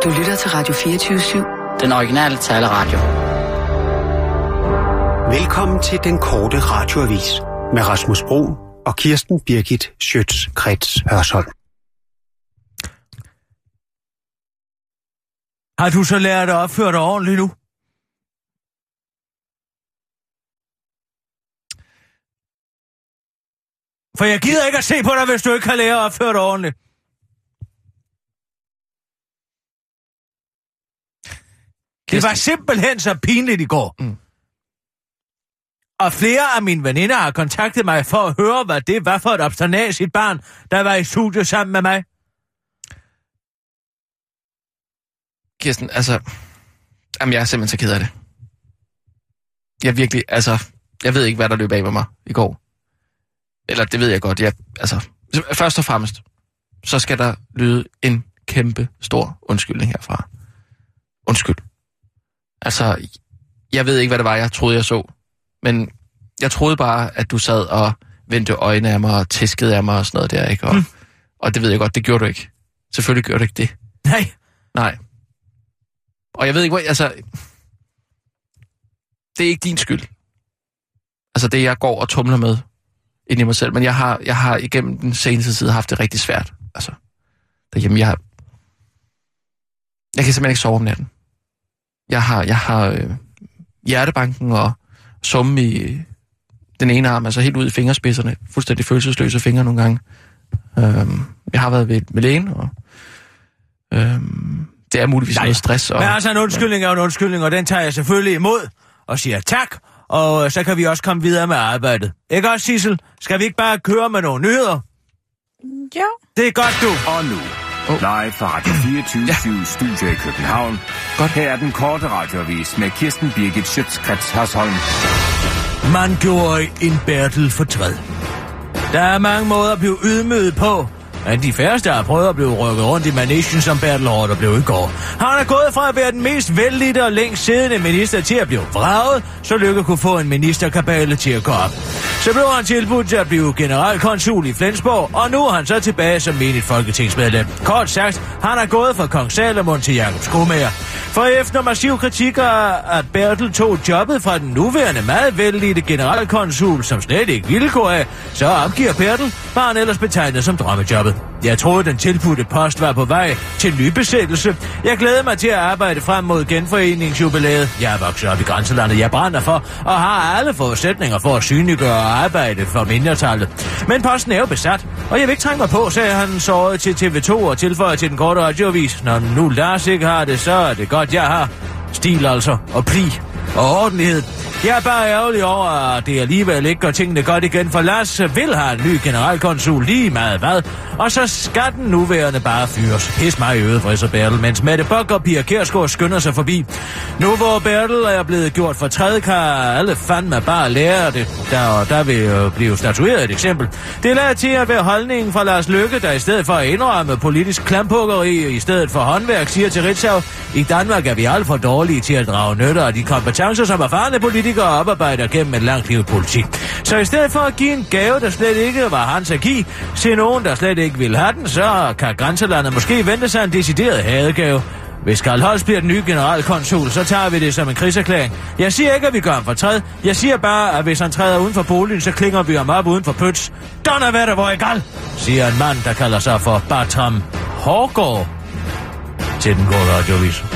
Du lytter til Radio 24/7. Den originale taleradio. Velkommen til den korte radioavis med Rasmus Bro og Kirsten Birgit Schøtz-Krets Hørsholm. Har du så lært at opføre dig ordentligt nu? For jeg gider ikke at se på dig, hvis du ikke kan lære at opføre dig ordentligt. Det var simpelthen så pinligt i går. Og flere af mine veninder har kontaktet mig for at høre, hvad det var for et obsternasigt barn, der var i studiet sammen med mig. Kirsten, jamen jeg er simpelthen så ked af det. Jeg ved ikke, hvad der løb af med mig i går. Eller det ved jeg godt. Først og fremmest, så skal der lyde en kæmpe stor undskyldning herfra. Undskyld. Jeg ved ikke, hvad det var, jeg troede, jeg så. Men jeg troede bare, at du sad og vendte øjnene af mig og tæskede af mig og sådan noget der, ikke? Og det ved jeg godt, det gjorde du ikke. Selvfølgelig gjorde du ikke det. Nej. Og jeg ved ikke, det er ikke din skyld. Det jeg går og tumler med ind i mig selv. Men jeg har igennem den seneste tid haft det rigtig svært. Derhjemme, jeg kan simpelthen ikke sove om natten. Jeg har hjertebanken og summe i den ene arm, helt ud i fingerspidserne. Fuldstændig følelsesløse fingre nogle gange. Jeg har været ved lægen, og det er muligvis noget stress. Men en undskyldning er en undskyldning, og den tager jeg selvfølgelig imod og siger tak, og så kan vi også komme videre med arbejdet. Ikke også, Sissel? Skal vi ikke bare køre med nogle nyheder? Ja. Det er godt, du. Og nu, live fra Radio 24/7 Studio i København. Godt. Her er den korte radioavis med Kirsten Birgit Schøtz-Krets Hørsholm. Man gjorde en Bertel fortræd. Der er mange måder at blive ydmyget på, men de færreste har prøvet at blive rykket rundt i managen, som Bertel Haarder blev i går. Han er gået fra at være den mest vellidte og længst siddende minister til at blive vraget, så Lykke kunne få en ministerkabale til at gå op. Så blev han tilbudt til at blive generalkonsul i Flensborg, og nu er han så tilbage som menigt folketingsmedlem. Kort sagt, han er gået fra kong Salomon til Jakob Skomager. For efter massiv kritik af, at Bertel tog jobbet fra den nuværende meget vellidte generalkonsul, som slet ikke ville gå af, så opgiver Bertel, hvad han ellers betegnet som drømmejobbet. Jeg troede, den tilbudte post var på vej til nybesættelse. Jeg glæder mig til at arbejde frem mod genforeningsjubilæet. Jeg er vokset op i grænselandet, jeg brænder for, og har alle forudsætninger for at synliggøre og arbejde for mindretallet. Men posten er jo besat, og jeg vil ikke trænge mig på, sagde han såret til TV2 og tilføjer til den korte radioavis. Når nu Lars ikke har det, så er det godt, jeg har. Stil altså, og pli og ordentlighed. Jeg er bare ærgerlig over, at det alligevel ikke gør tingene godt igen, for Lars vil have en ny generalkonsul lige meget hvad, og så skal den nuværende bare fyres. Pis mig i øget, frisser Bertel, mens Mette Bock og Pia Kjærsgaard skynder sig forbi. Nu hvor Bertel er blevet gjort for træde, kan alle fandme bare lære det. Der vil blive statueret et eksempel. Det lader til at være holdningen fra Lars Løkke, der i stedet for at indrømme politisk klampukkeri i stedet for håndværk, siger til Ritzau: i Danmark er vi alt for dårlige til at drage nytte af de kompetencer, som erfarne politikere oparbejder gennem et langt liv politik. Så i stedet for at give en gave, der slet ikke var hans at give, til nogen, der slet ikke ville have den, så kan grænselandet måske vente sig en decideret hadegave. Hvis Karl Holst bliver den nye generalkonsul, så tager vi det som en krigserklæring. Jeg siger ikke, at vi gør ham fortræd. Jeg siger bare, at hvis han træder uden for boligen, så klinger vi ham op uden for Pøts. Donna hvad der hvor i gal, siger en mand, der kalder sig for Bartram Hårgaard til den gode radioavis.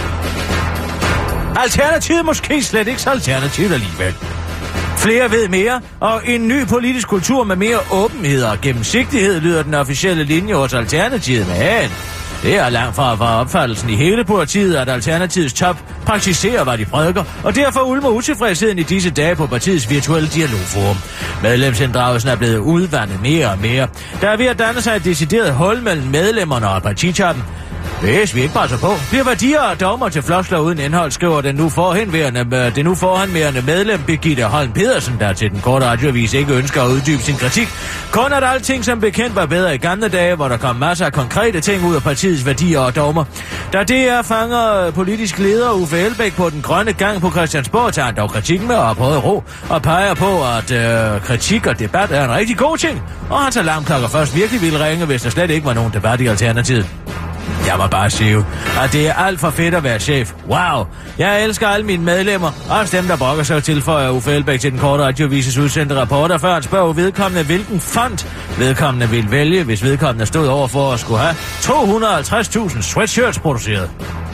Alternativet måske slet ikke så alternativt alligevel. Flere ved mere, og en ny politisk kultur med mere åbenhed og gennemsigtighed lyder den officielle linje hos Alternativet med. Det er langt fra opfattelsen i hele partiet, at Alternativets top praktiserer, hvad de prædiker, og derfor ulmer utilfredsheden i disse dage på partiets virtuelle dialogforum. Medlemsinddragelsen er blevet udvandet mere og mere. Der er ved at danne sig et decideret hul mellem medlemmerne og partitoppen. Hvis vi ikke passer på, bliver værdier og dogmer til floskler uden indhold, skriver det nu forhenværende medlem Birgitte Holm Pedersen, der til den korte radioavis ikke ønsker at uddybe sin kritik. Kun at alting som bekendt var bedre i gamle dage, hvor der kom masser af konkrete ting ud af partiets værdier og dogmer. Da DR fanger politisk leder Uffe Elbæk på den grønne gang på Christiansborg, tager han dog kritikken med ophøjet ro og peger på, at kritik og debat er en rigtig god ting, og hans alarmklokker først virkelig ville ringe, hvis der slet ikke var nogen debat i Alternativet. Jeg må bare sige, at det er alt for fedt at være chef. Wow! Jeg elsker alle mine medlemmer, også dem, der brokker sig til for Uffe Elbæk til den korte radiovises udsendte rapporter, før han spørger vedkommende, hvilken fond vedkommende ville vælge, hvis vedkommende stod over for at skulle have 250.000 sweatshirts produceret.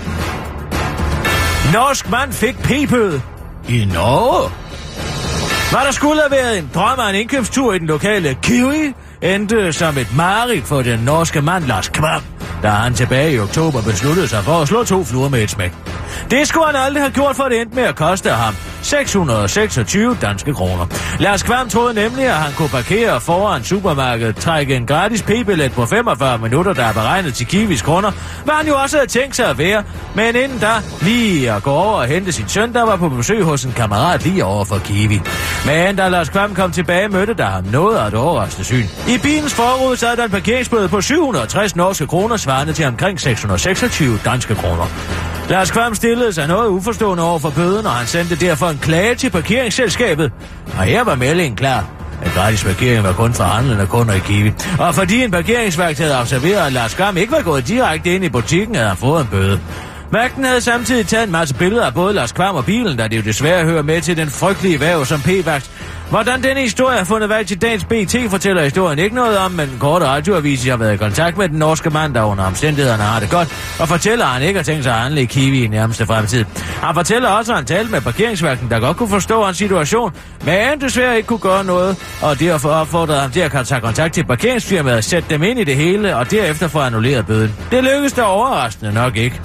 Norsk mand fik p-bøde i Norge. Hvad der skulle have været en drøm af en indkøbstur i den lokale Kiwi, endte som et mareridt for den norske mand Lars Kvam, da han tilbage i oktober besluttede sig for at slå 2 fluer med et smæk. Det skulle han aldrig have gjort, for det endte med at koste ham 626 danske kroner. Lars Kvam troede nemlig, at han kunne parkere foran supermarkedet, trække en gratis p-billet på 45 minutter, der er beregnet til Kiwis kunder, hvad han jo også havde tænkt sig at være, men inden da lige at gå over og hente sin søn, der var på besøg hos en kammerat lige over for Kiwi. Men da Lars Kvam kom tilbage, mødte der ham noget af et overraskende syn. I bilens forrude sad der en parkeringsbøde på 760 norske kroner, svarende til omkring 626 danske kroner. Lars Kvam stillede sig noget uforstående over for bøden, og han sendte derfor en klage til parkeringsselskabet. Og her var meldingen klar. En gratis parkering var kun for handlende kunder i Kiwi. Og fordi en parkeringsvagt havde observeret, at Lars Kvam ikke var gået direkte ind i butikken, havde han fået en bøde. Vagten havde samtidig taget en masse billeder af både Lars Kvam og bilen, da det jo desværre hører med til den frygtelige værv som p-vagt. Hvordan denne historie har fundet vej til dagens BT, fortæller historien ikke noget om, men den korte radioavis har været i kontakt med den norske mand, der under omstændighederne har det godt, og fortæller, at han ikke har tænkt sig at handle i Kiwi i nærmeste fremtid. Han fortæller også, at han talte med parkeringsvagten, der godt kunne forstå hans situation, men desværre ikke kunne gøre noget, og derfor opfordrede ham til at tage kontakt til parkeringsfirmaet og sætte dem ind i det hele, og derefter få annulleret bøden. Det lykkedes da overraskende nok ikke.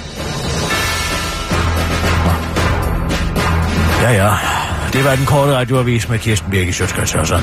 Ja. Det var den korte radioavis med Kirsten Birgit Schøtzgrads Hørsholm.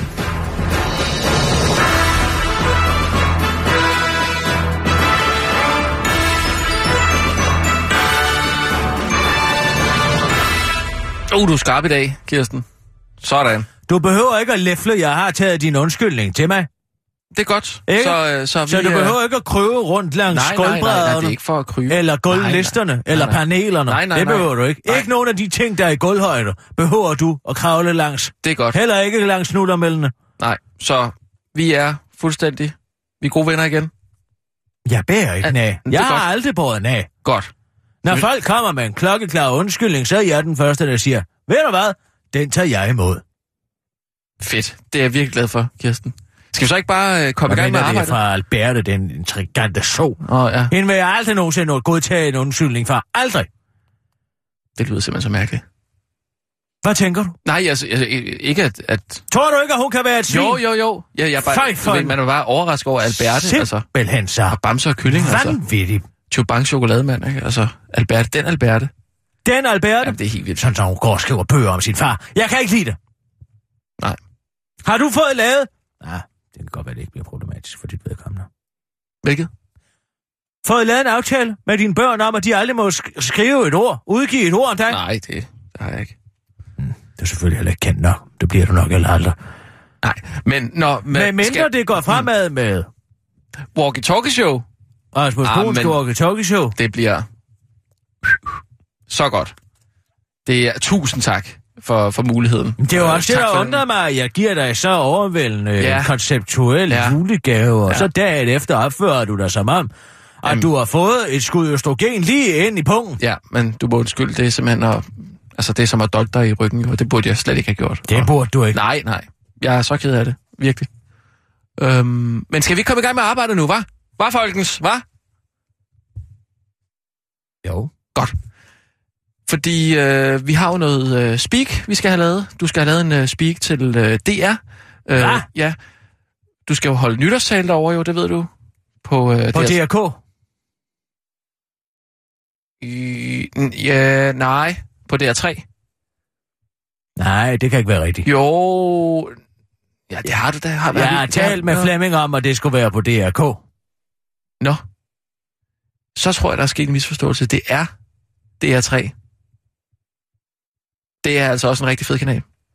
Du er skarp i dag, Kirsten. Sådan. Du behøver ikke at læfle, jeg har taget din undskyldning til mig. Det er godt. Så du behøver ikke at krøve rundt langs gulvbrædderne. Nej, det er ikke for at krybe. Eller gulvlisterne, eller panelerne. Nej. Det behøver du ikke. Nej. Ikke nogen af de ting, der er i gulvhøjde, behøver du at kravle langs. Det er godt. Heller ikke langs snuttermældene. Nej, så vi er fuldstændig... Vi er gode venner igen. Jeg bærer ikke nag. Jeg har aldrig båret nag. Godt. Når folk kommer med en klokkeklar undskyldning, så er jeg den første, der siger, ved du hvad, den tager jeg imod. Fedt. Det er jeg virkelig glad for, Kirsten. Skal vi så ikke bare komme i gang med arbejdet? Det er fra Alberte, den intrigante så. Ja. Hende vil jeg aldrig nogensinde godtage en undskyldning for. Aldrig. Det lyder simpelthen så mærkeligt. Hvad tænker du? Nej, altså ikke at... Tror du ikke, at hun kan være et svin? Jo. Jeg er bare... Man er bare overrasket over Alberte, simpelthen så. Og bamser og kylling, vanvittigt. Chubang chokolademand, ikke? Altså, Alberte. Den Alberte. Jamen, det er helt vildt. Sådan, så hun går og skriver bøger om sin far. Jeg kan ikke lide det. Nej. Har du fået lavet? Nej, det kan godt være, det ikke bliver problematisk for dit vedkommende. Hvilket? Fået lavet en aftale med dine børn om, at de aldrig må skrive et ord, udgive et ord om dig? Nej, det har jeg ikke. Det er selvfølgelig heller ikke kendt nok. Det bliver du nok eller aldrig. Nej, men når... Men mindre det går fremad med... Walkie-talkie-show? Rasmus Bruns walkie-talkie-show? Det bliver... Så godt. Det er 1000 tak for muligheden. Det er jo også det, der undrer mig, at jeg giver dig så overvældende konceptuel julegave, og så dagen efter opfører du dig som om, at du har fået et skud østrogen lige ind i pungen. Ja, men du må undskylde, det er simpelthen det er som at dolke dig i ryggen, og det burde jeg slet ikke have gjort. Det burde du ikke. Nej. Jeg er så ked af det. Virkelig. Men skal vi komme i gang med arbejdet nu, hva'? Hva, folkens? Hva? Jo. Godt. Fordi vi har jo noget speak, vi skal have lavet. Du skal have lavet en speak til DR. Ja. Du skal jo holde nytårstale derovre, jo, det ved du. På DRK? Ja, nej. På DR3. Nej, det kan ikke være rigtigt. Jo... Ja, det har du da. Jeg har talt med Flemming om, at det skulle være på DRK. Nå. Så tror jeg, der er sket en misforståelse. Det er DR3. Det er altså også en rigtig fed kanal.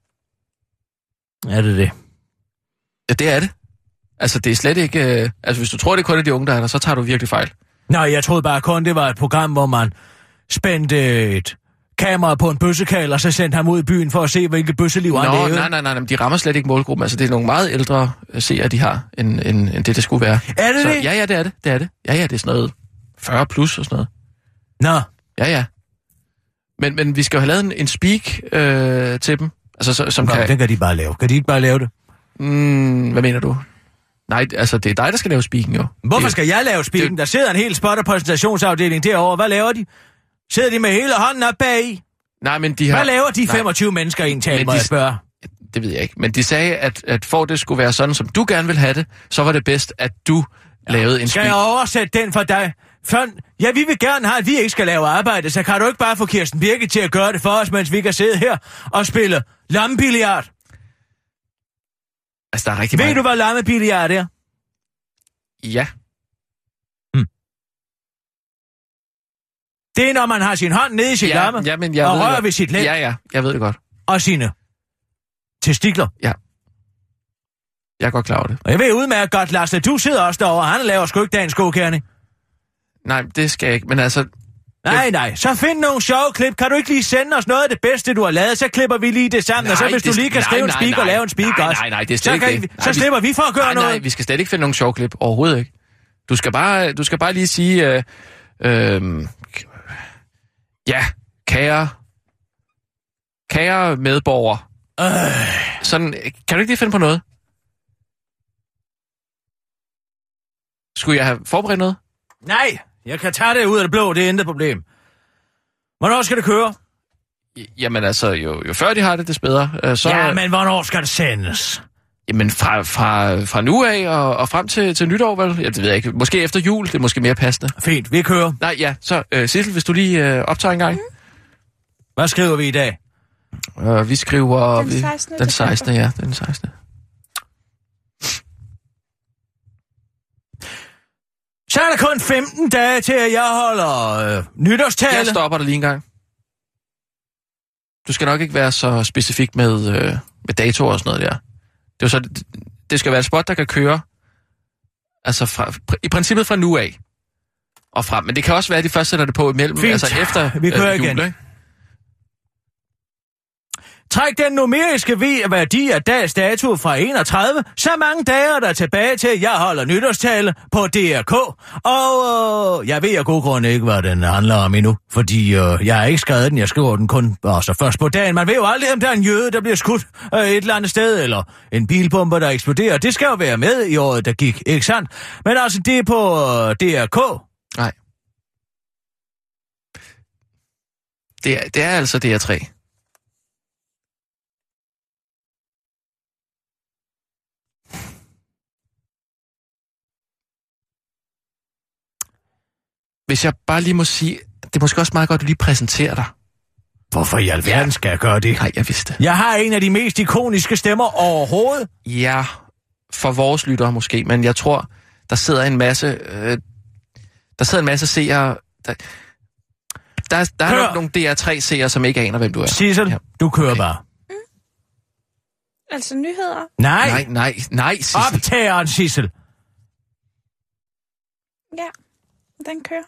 Er det det? Ja, det er det. Altså, det er slet ikke... hvis du tror, det kun er de unge, der er der, så tager du virkelig fejl. Nej, jeg troede bare kun, det var et program, hvor man spændte et kamera på en bøssekal, og så sendte ham ud i byen for at se, hvilke bøsseliv han levede. Nej, men de rammer slet ikke målgruppen. Altså, det er nogle meget ældre seere, de har, end det skulle være. Er det så, det? Ja, det er det. Det er det. Ja, det er sådan noget 40 plus og sådan noget. Nå. Ja. Men vi skal jo have lavet en speak til dem. Altså, som kan... Den kan de bare lave. Kan de ikke bare lave det? Hvad mener du? Nej, altså det er dig, der skal lave speaken jo. Hvorfor skal jeg lave speaken? Der sidder en helt spot- og præsentationsafdeling derovre. Hvad laver de? Sidder de med hele hånden op bag? Nej, men de har... Hvad laver de 25 mennesker i en tale, må jeg spørge? Det ved jeg ikke. Men de sagde, at for det skulle være sådan, som du gerne vil have det, så var det bedst, at du lavede en speak. Skal jeg oversætte den for dig? Ja, vi vil gerne have, at vi ikke skal lave arbejde, så kan du ikke bare få Kirsten Birgit til at gøre det for os, mens vi kan sidde her og spille lammebilliard? Altså, der er rigtig meget... Ved du, hvad lammebilliard er? Ja. Det er, når man har sin hånd nede i sit lamme og rører ved sit læg. Ja, jeg ved det godt. Og sine testikler. Ja. Jeg er godt klar over det. Og jeg ved udmærket godt, Lars, at du sidder også derovre, han laver sgu ikke dagens godkærning. Nej, det skal jeg ikke, men altså... Nej, så find nogle sjove klip. Kan du ikke lige sende os noget af det bedste, du har lavet? Så klipper vi lige det sammen, og så hvis du lige kan skrive en speak og lave en speak også. Nej, det er slet ikke det. Så slipper vi for at gøre noget. Nej, vi skal slet ikke finde nogle sjove klip. Overhovedet ikke. Du skal bare lige sige... ja, kære medborger. Sådan, kan du ikke lige finde på noget? Skulle jeg have forberedt noget? Nej, jeg kan tage det ud af det blå, det er intet problem. Hvornår skal det køre? Jamen altså, jo før de har det, des bedre. Så... Ja, men hvornår skal det sendes? Jamen fra nu af og frem til nytår, vel? Ja, det ved jeg ikke. Måske efter jul, det er måske mere passende. Fint, vi kører. Nej, ja, så Sissel, hvis du lige optager en gang. Hvad skriver vi i dag? Vi skriver... Den 16. Den 16. Ja, den 16. Så er der kun 15 dage til, at jeg holder nytårstale. Jeg stopper dig lige en gang. Du skal nok ikke være så specifik med datoer og sådan noget der. Det er jo så, det skal være et spot, der kan køre, altså i princippet fra nu af og frem. Men det kan også være, at de først sætter det på imellem, fint. Altså efter vi kører jul, igen. Ikke? Træk den numeriske værdi af dags dato fra 31, så mange dage er der tilbage til, at jeg holder nytårstale på DRK. Og jeg ved af god grund ikke, hvad den handler om endnu, fordi jeg har ikke skrevet den, jeg skriver den kun så først på dagen. Man ved jo aldrig, om der er en jøde, der bliver skudt et eller andet sted, eller en bilbomber, der eksploderer. Det skal jo være med i året, der gik, ikke sandt? Men altså, det er på DRK. Nej. Det er altså DR3. Hvis jeg bare lige må sige, det er måske også meget godt, at du lige præsenterer dig. Hvorfor i alverden skal jeg gøre det? Nej, jeg vidste det. Jeg har en af de mest ikoniske stemmer overhovedet. Ja, for vores lyttere måske, men jeg tror, der sidder en masse seere. Der er nok nogle DR3-seere, som ikke aner, hvem du er. Sissel, ja. Du kører bare. Altså nyheder? Nej, Sissel. Optageren, Sissel. Ja, den kører.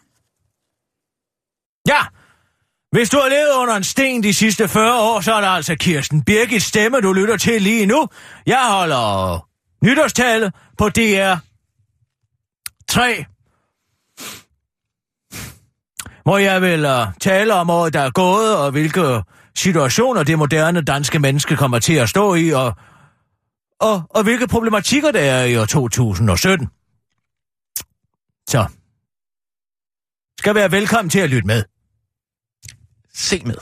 Ja! Hvis du har levet under en sten de sidste 40 år, så er der altså Kirsten Birgits stemme, du lytter til lige nu. Jeg holder nytårstale på DR3, hvor jeg vil tale om året, der er gået, og hvilke situationer det moderne danske menneske kommer til at stå i, og hvilke problematikker der er i år 2017. Så skal være velkommen til at lytte med. Se med.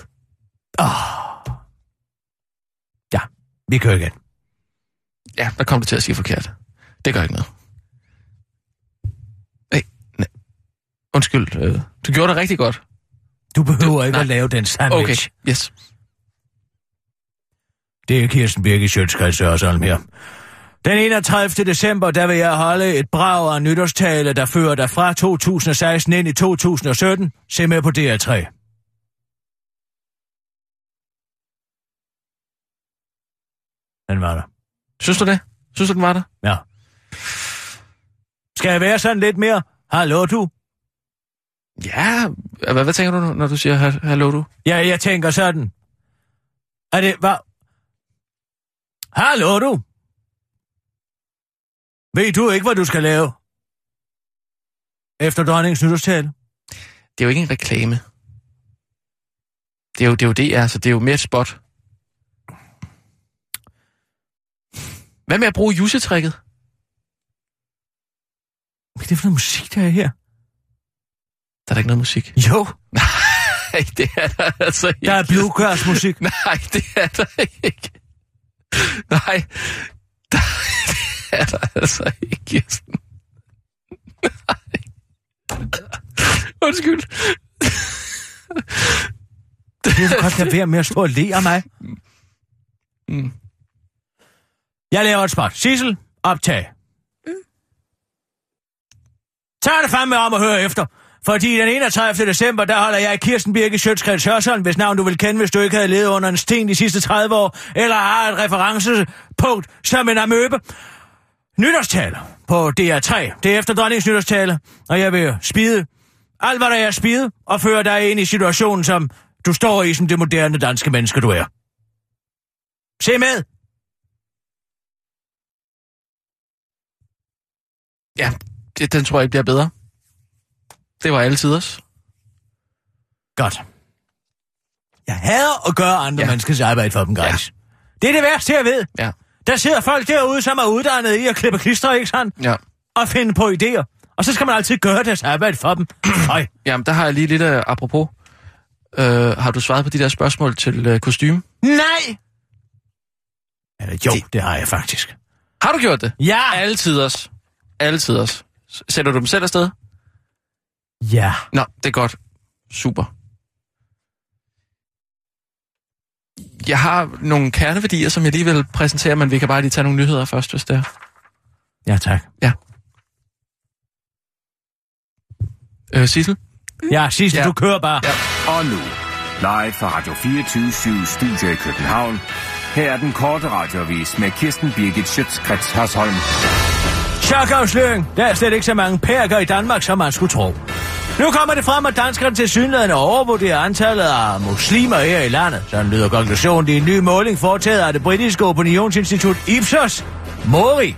Ja, vi kører igen. Ja, der kom du til at sige forkert. Det gør ikke noget. Nej. Undskyld, du gjorde det rigtig godt. Du behøver ikke at lave den sandwich. Okay, yes. Det er Kirsten Birgit Sjøtskreds Hørsholm her. Den 31. december, der vil jeg holde et brag af nytårstale, der fører dig fra 2016 ind i 2017. Se med på DR3. Den var der. Synes du det? Synes du, den var der? Ja. Skal jeg være sådan lidt mere? Hallo, du? Ja, hvad tænker du, når du siger hallo, du? Ja, jeg tænker sådan. Er det, hvad? Hallo, du? Ved du ikke, hvad du skal lave? efter dronningens nytårstale? Det er jo ikke en reklame. Det er jo det, altså. Det er jo mere et spot. Hvad med at bruge jussetrækket? Hvad er det for noget musik, der er her? Der er da ikke noget musik. Jo. Nej, det er der altså ikke. Der er bluegrass-musik. Nej, det er der ikke. Nej, det er der altså ikke, Kirsten. Nej. Undskyld. Det er godt lade være med at stå og le af mig. Jeg laver et spot. Sissel, optag. Tag det fandme om at høre efter. Fordi den 31. december, der holder jeg Kirsten Birgit Schiøtz-Kretz Hørsholm, hvis navn du vil kende, hvis du ikke havde levet under en sten de sidste 30 år, eller har et referencepunkt som en amøbe. Nytårstaler på DR3. Det er efter dronningens nytårstale, og jeg vil spide alt, hvad der er spide, og føre dig ind i situationen, som du står i, som det moderne danske menneske, du er. Se med! Ja, den tror jeg ikke bliver bedre. Det var alle tiders. Godt. Jeg hader at gøre andre menneskers arbejde for dem, gratis. Ja. Det er det værste, jeg ved. Ja. Der sidder folk derude, som er uddannet i at klippe klister, ikke sandt? Ja. Og finde på idéer. Og så skal man altid gøre deres arbejde for dem. Jamen, der har jeg lige lidt apropos. Har du svaret på de der spørgsmål til kostume? Nej! Eller jo, det har jeg faktisk. Har du gjort det? Ja! Alle tiders. Alle tiders. Sætter du dem selv afsted? Ja. Nå, det er godt. Super. Jeg har nogle kerneværdier, som jeg lige vil præsentere, men vi kan bare lige tage nogle nyheder først, hvis det er. Ja, tak. Ja. Sissel? Ja, Sissel, du kører bare. Ja. Og nu, live fra Radio 24/7 Studio i København. Her er den korte radioavis med Kirsten Birgit Schiøtz-Kretz Hørsholm. Chokafsløring. Der er slet ikke så mange perker i Danmark, som man skulle tro. Nu kommer det frem, at danskerne til synligheden overvurderer antallet af muslimer her i landet. Sådan lyder konklusionen i en ny måling foretaget af det britiske opinionsinstitut Ipsos Mori.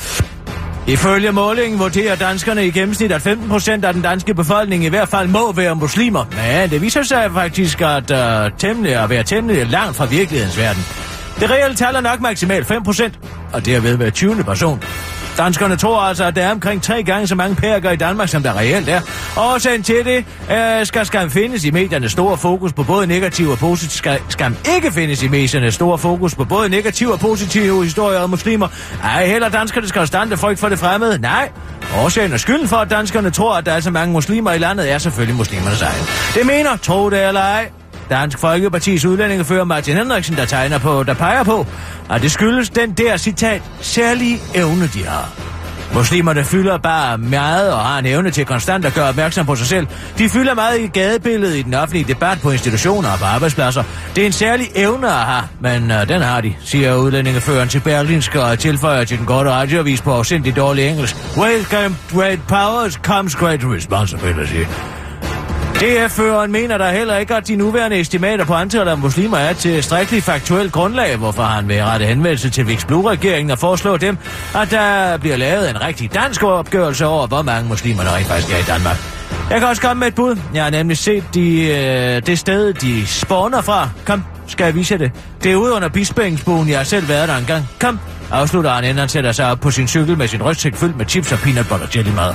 Ifølge målingen vurderer danskerne i gennemsnit, at 15% af den danske befolkning i hvert fald må være muslimer. Men det viser sig faktisk at være temmelig langt fra virkelighedens verden. Det reelle tal er nok maksimalt 5%, og derved hver 20. person. Danskerne tror altså, at der er omkring 3 gange så mange perker i Danmark, som der reelt er. Årsagen til det skal skam findes i mediernes store fokus på både negative og positive... Skam ikke findes i mediernes store fokus på både negative og positive historier om muslimer. Ej, heller danskernes konstante frygt for det fremmede. Nej. Årsagen og skylden for, at danskerne tror, at der er så mange muslimer i landet, er selvfølgelig muslimernes egen. Det mener, tro det eller ej, Dansk Folkepartis udlændingefører Martin Henriksen, der peger på, at det skyldes den der, citat, særlige evne, de har. Muslimerne fylder bare meget og har en evne til konstant at gøre opmærksom på sig selv. De fylder meget i gadebilledet, i den offentlige debat, på institutioner og på arbejdspladser. Det er en særlig evne at have, men den har de, siger udlændingeføreren til Berlingske og tilføjer til den korte radioavis på afsindigt dårlig engelsk. With great powers comes great responsibility. DF-føreren mener der heller ikke, at de nuværende estimater på antallet af muslimer er til strækkeligt faktuelt grundlag, hvorfor han vil rette henvendelse til Vicks Blue-regeringen og foreslå dem, at der bliver lavet en rigtig dansk opgørelse over, hvor mange muslimer der rent faktisk er i Danmark. Jeg kan også komme med et bud. Jeg har nemlig set det sted, de spawner fra. Kom, skal jeg vise det. Det er ude under Bispebækkensbuen, jeg har selv været der engang. Kom, afslutter han, inden han sætter sig op på sin cykel med sin rygsæk fyldt med chips og peanut butter jelly mad.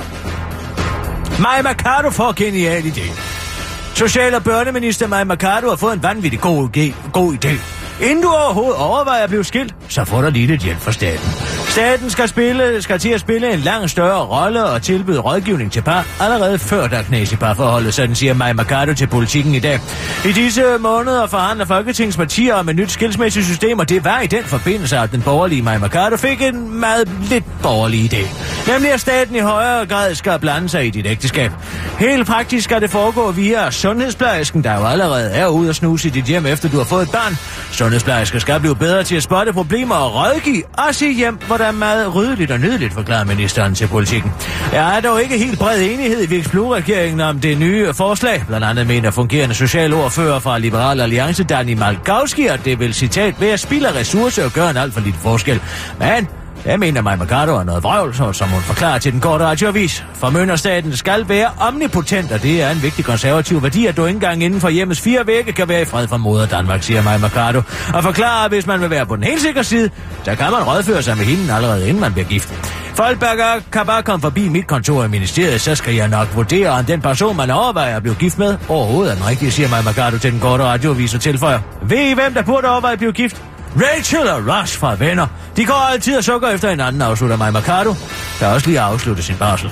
Mai Mercado får genial idé. Social- og børneminister Mai Mercado har fået en vanvittig god idé. Inden du overhovedet overvejer at blive skilt, så får du lige lidt hjælp fra staten. Staten skal til at spille en langt større rolle og tilbyde rådgivning til par, allerede før der er knæs i parforholdet, sådan siger Mai Mercado til Politikken i dag. I disse måneder forhandler Folketingets partier om et nyt skilsmæssigt system, og det var i den forbindelse, at den borgerlige Mai Mercado fik en meget lidt borgerlig idé. Nemlig at staten i højere grad skal blande sig i dit ægteskab. Helt praktisk skal det foregå via sundhedsplejersken, der jo allerede er ude at snuse i dit hjem, efter du har fået et barn. Sundhedsplejersker skal blive bedre til at spotte problemer og rådgive og se hjem, hvor der er meget ryddeligt og nydeligt, forklarer ministeren til Politikken. Der er dog ikke helt bred enighed i Vicks Blue-regeringen om det nye forslag. Blandt andet mener fungerende socialordfører fra Liberal Alliance, Dani Malkowski, at det vil, citat, være spild af ressourcer og gøre en alt for lille forskel. Men Jeg mener, Maja Mercado er noget vrøvl, som hun forklarer til den korte radioavis. Formynderstaten skal være omnipotent, og det er en vigtig konservativ værdi, at du ikke engang inden for hjemmets 4 vægge kan være i fred for moder Danmark, siger Maja Mercado. Og forklarer, at hvis man vil være på den helt sikre side, så kan man rådføre sig med hende allerede inden man bliver gift. Folk kan bare komme forbi mit kontor i ministeriet, så skal jeg nok vurdere, om den person, man overvejer at blive gift med, overhovedet er den rigtige, siger Maja Mercado til den korte radioavis og tilføjer. Ved I, hvem der burde overveje at blive gift? Rachel og Ross fra Venner. De går altid og sukker efter hinanden, afslutter Maja Mercado, der også lige har afsluttet sin barsel.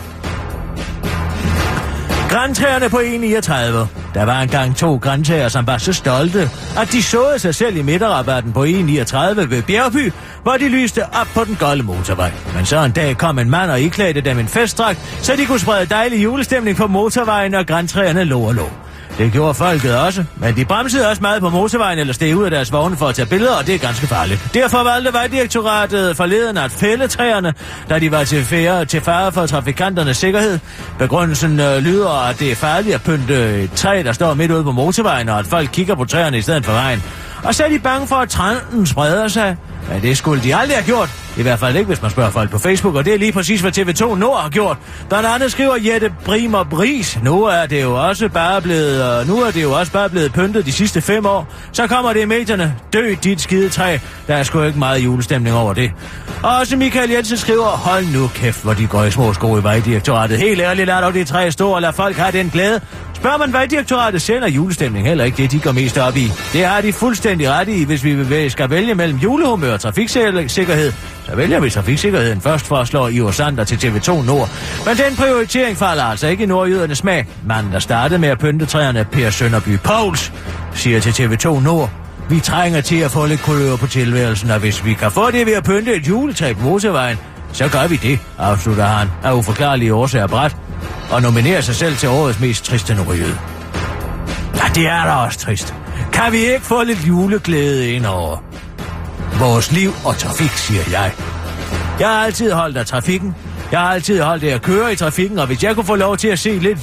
Grantræerne på E39. Der var engang 2 grantræer, som var så stolte, at de såede sig selv i midterrabatten på E39 ved Bjergby, hvor de lyste op på den golde motorvej. Men så en dag kom en mand og iklædte dem en festdragt, så de kunne sprede dejlig julestemning på motorvejen, og grantræerne lå og lå. Det gjorde folket også, men de bremsede også meget på motorvejen eller steg ud af deres vogne for at tage billeder, og det er ganske farligt. Derfor valgte Vejdirektoratet forleden at fælde træerne, da de var til fare for trafikanternes sikkerhed. Begrundelsen lyder, at det er farligt at pynte et træ, der står midt ude på motorvejen, og at folk kigger på træerne i stedet for vejen. Og så er de bange for, at trenden spreder sig. Men det skulle de aldrig have gjort. I hvert fald ikke, hvis man spørger folk på Facebook, og det er lige præcis, hvad TV2 Nord har gjort. Blandt andet skriver Jette Brimer Bris. Nu er det jo også bare blevet pyntet de sidste 5 år. Så kommer det i medierne. Dø dit skide træ. Der er sgu ikke meget julestemning over det. Og også Michael Jensen skriver, hold nu kæft, hvor de går i små sko i Vejdirektoratet. Helt ærligt, lad dog det træ stå og lad folk have den glæde. Spørger man Vejdirektoratet, sender julestemning heller ikke det, de går mest op i. Det har de fuldstændig ret i, hvis vi skal vælge mellem julehumør og trafiksikkerhed. Så vælger vi trafiksikkerheden først, foreslår Iver Sander til TV2 Nord. Men den prioritering falder altså ikke i nordjydernes smag. Manden, der startede med at pynte træerne, Per Sønderby Pauls, siger til TV2 Nord. Vi trænger til at få lidt kulør på tilværelsen, og hvis vi kan få det ved at pynte et juletræ på motorvejen, så gør vi det, afslutter han af uforklarlige årsager bræt, og nominerer sig selv til årets mest triste nordjyde. Ja, det er da også trist. Kan vi ikke få lidt juleglæde ind over vores liv og trafik, siger jeg. Jeg har altid holdt af trafikken. Jeg har altid holdt af at køre i trafikken, og hvis jeg kunne få lov til at se lidt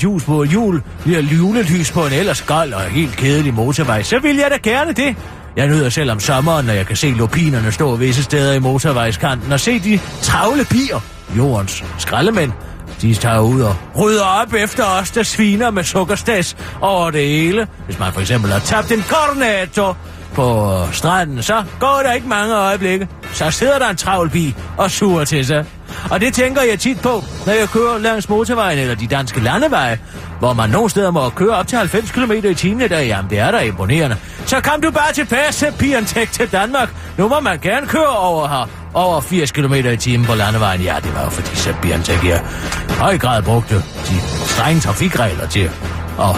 julelys på en ellers gold og helt kedelig motorvej, så vil jeg da gerne det. Jeg nyder selv om sommeren, når jeg kan se lupinerne stå visse steder i motorvejskanten og se de travle bier, jordens skraldemænd. De tager ud og rydder op efter os, der sviner med sukkerstas over det hele. Hvis man for eksempel har tabt en Cornetto på stranden, så går der ikke mange øjeblikke. Så sidder der en travl bi og suger til sig. Og det tænker jeg tit på, når jeg kører langs motorvejen eller de danske landeveje, hvor man nogle steder må køre op til 90 km i timen i dag. Jamen, det er da imponerende. Så kom du bare tilbage til Piantek til Danmark. Nu må man gerne køre over 80 km i timen på landevejen. Ja, det var jo fordi Sepp Piantek i høj grad brugte de strenge trafikregler til at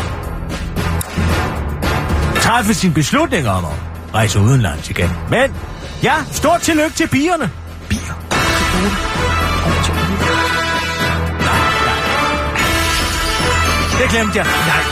træffe sin beslutning om at rejse udenlands igen. Men ja, stort tillykke til bierne. Bier. Det glemte jeg. Nej.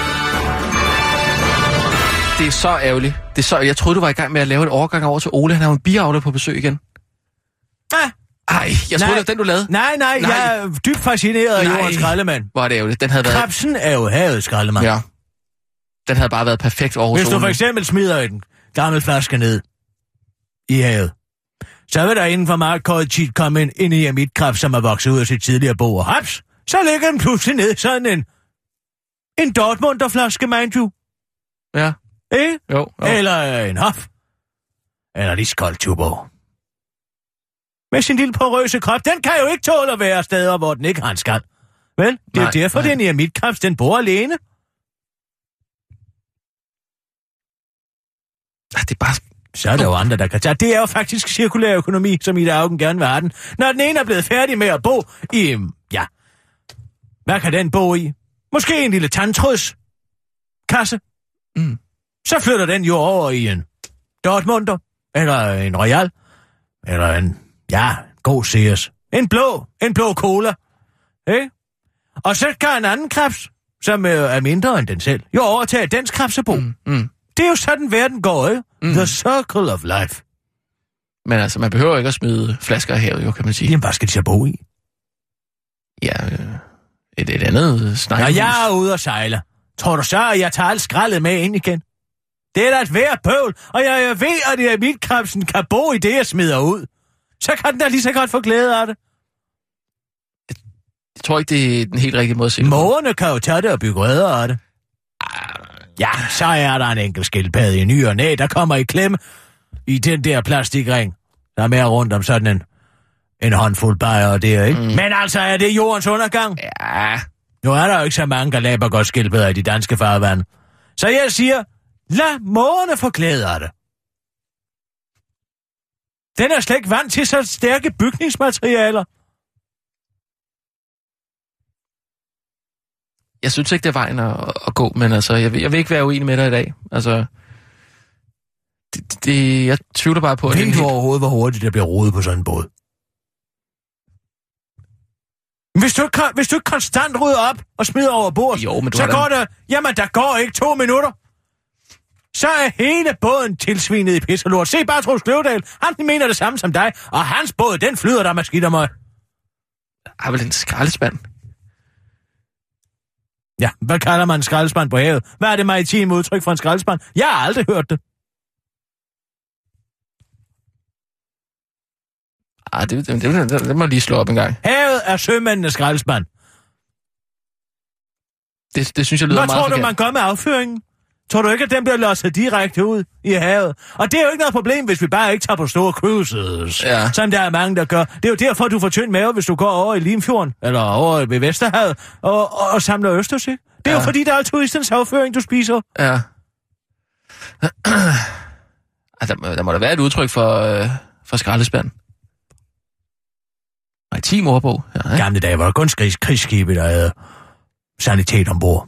Det er så ærgerligt. Jeg troede, du var i gang med at lave et overgang over til Ole. Han har jo en biavler på besøg igen. Ja. Ej, jeg troede, det var den, du lavede. Nej, jeg er dybt fascineret af jordens skraldemand. Hvor er det ærgerligt. Den havde været... Krabsen er jo havets skraldemand. Ja. Den havde bare været perfekt over Hvis du for eksempel smider en gammel flaske ned i havet, så vil der inden for meget kort tid komme ind i amitkrab, som er vokset ud af sit tidligere bo, og haps, så ligger den pludselig ned sådan en Dortmunderflaske, mind you. Ja. Ikke? Jo. Eller en Hof. Eller en iskold Tuborg. Med sin lille porøse krop, den kan jo ikke tåle at være steder, hvor den ikke har en skal. Vel, det er derfor, den i amitkrabs, den bor alene. Det er bare... Så er der jo andre, der kan tage. Det er jo faktisk cirkulær økonomi, som Ida Augen gerne vil have den. Når den ene er blevet færdig med at bo i... Ja, hvad kan den bo i? Måske en lille tandtrådskasse. Så flytter den jo over i en Dortmunder, eller en Royal, eller en, god Sears. En blå cola. Og så kan en anden krebs, som er mindre end den selv, jo overtage dens krebsebo. Det er jo sådan, verden går, ikke? The circle of life. Men altså, man behøver ikke at smide flasker i havet, jo, kan man sige. Jamen, hvad skal de så bo i? Ja, et andet snak. Når jeg er ude og sejle, tror du så, at jeg tager alt skraldet med ind igen? Det er da et værd pøvl, og jeg ved, at det er mit krebsen kan bo i det, jeg smider ud. så kan den da lige så godt få glæde af det. Jeg tror ikke, det er den helt rigtige måde at se det. Mågerne kan jo tage det og bygge reder af det. Ja, så er der en enkelt skildpadde i ny og næ, der kommer i klemme i den der plastikring, der er mere rundt om sådan en håndfuld bajer der, ikke? Men altså, er det jordens undergang? Ja. Nu er der jo ikke så mange Galapagos-skildpadder i de danske farvande. Så jeg siger, lad mågerne få glæde af det. Den er slet ikke vant til så stærke bygningsmaterialer. Jeg synes ikke, det er vejen at gå, men altså, jeg vil ikke være uenig med dig i dag. Altså, jeg tvivler bare på, at... Ved du overhovedet, hvor hurtigt der bliver rodet på sådan en båd? Hvis du ikke konstant rydder op og smider over bord, så går der... Jamen, der går ikke 2 minutter. Så er hele båden tilsvinet i pis og lort. Se bare Troels Kløvedal. Han mener det samme som dig, og hans båd, den flyder der med skidt og møg. Har vel en skraldespand? Ja, hvad kalder man en skraldespand på havet? Hvad er det maritime udtryk for en skraldespand? Jeg har aldrig hørt det. Det må lige slå op en gang. Havet er sømændenes skraldespand. Det synes jeg lyder meget forkert. Hvad tror du, man gør med afføringen? Tror du ikke, at den bliver losset direkte ud i havet? Og det er jo ikke noget problem, hvis vi bare ikke tager på store cruises, som der er mange, der gør. Det er jo derfor, du får tynd mave, hvis du går over i Limfjorden, eller over ved Vesterhavet, og samler østers, ikke? Det er jo fordi, der er turistens afføring, du spiser. Ja. Der må da være et udtryk for skraldespand. Maritim ordbog. Ja, gamle dage var der kun krigsskibe, der havde sanitet ombord.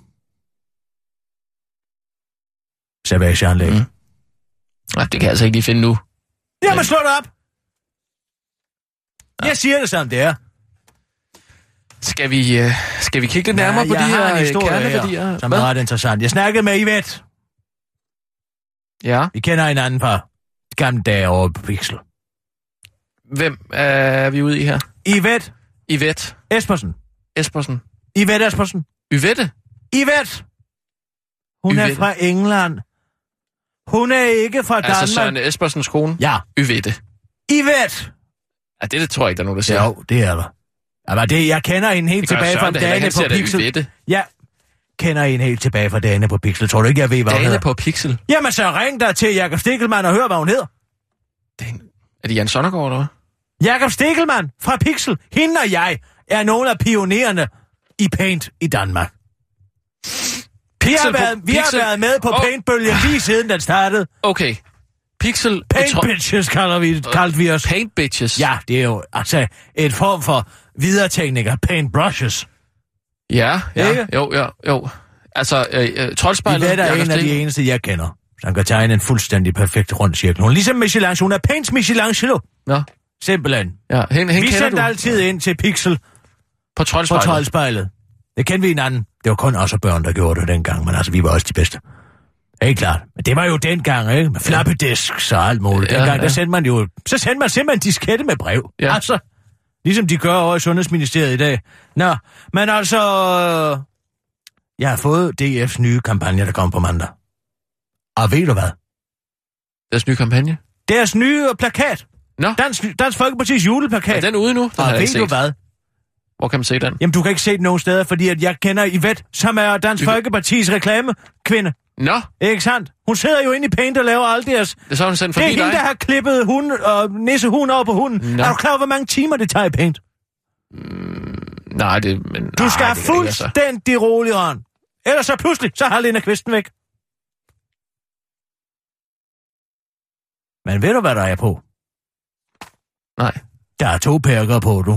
Servageanlæg. Nej, det kan jeg altså ikke lige finde nu. Jamen, slå det op! Ja. Jeg siger det som det er. Skal vi kigge lidt nærmere på de her kerneværdier? Som er ret interessant. Jeg snakkede med Yvette. Ja. Vi kender hinanden fra gamle dage over på Pixel. Hvem er vi ude i her? Yvette. Espersen. Yvette Espersen. Yvette? Hun er fra England. Hun er ikke fra Danmark. Altså Søren Espersens kone? Ja. Yvette. Ja, det tror jeg ikke, der er nogen, der siger. Jo, det er der. Altså, jeg kender hende helt tilbage fra dagene på Pixel. Ja, kender hende helt tilbage fra dagene på Pixel. Tror du ikke, jeg ved, hvad hun hedder? Dagene på Pixel? Jamen, så ring der til Jakob Stikkelmann og hør, hvad hun hedder. Er det Jan Sonnergaard, eller hvad? Jakob Stikkelmann fra Pixel. Hende og jeg er nogle af pionererne i Paint i Danmark. Vi har været med på Paint-bølgen lige siden den startede. Okay. Pixel... Paint bitches kaldte vi os. Paint bitches? Ja, det er jo altså et form for videreteknik af paint brushes. Ja. Jo. Altså, Troldspejlet... Det er en af de eneste, jeg kender. Så han kan tegne en fuldstændig perfekt rund cirkel. Hun er ligesom Michelangelo. Hun er Paints Michelangelo. Ja. Simpelthen. Ja, vi sendte altid ind til Pixel. På Troldspejlet. Det kendte vi hinanden. Det var kun os og børn, der gjorde det dengang, men altså, vi var også de bedste. Helt klart. Men det var jo dengang, ikke? Med floppy disks og alt muligt. Dengang, der sendte man jo... Så sendte man simpelthen diskette med brev. Ja. Altså, ligesom de gør over i Sundhedsministeriet i dag. Nå, men altså... Jeg har fået DF's nye kampagne, der kommer på mandag. Og ved du hvad? Deres nye kampagne? Deres nye plakat. Nå. Dansk Folkepartis juleplakat. Er den ude nu? Og ved du hvad? Hvor kan man se den? Jamen, du kan ikke se den nogen steder, fordi at jeg kender Yvette, som er Dansk Folkepartis reklamekvinde. Nå. Ikke sandt? Hun sidder jo inde i Paint og laver alt deres... Det er så hun sendt forbi dig? Det er hende, der har klippet nissehund over på hunden. Nå. Er du klar over, hvor mange timer det tager i Paint? Nej, det... Men, du skal have fuldstændig rolig hånd. Ellers så pludselig, så har Lena Kvisten væk. Men ved du, hvad der er på? Nej. Der er 2 perker på, du.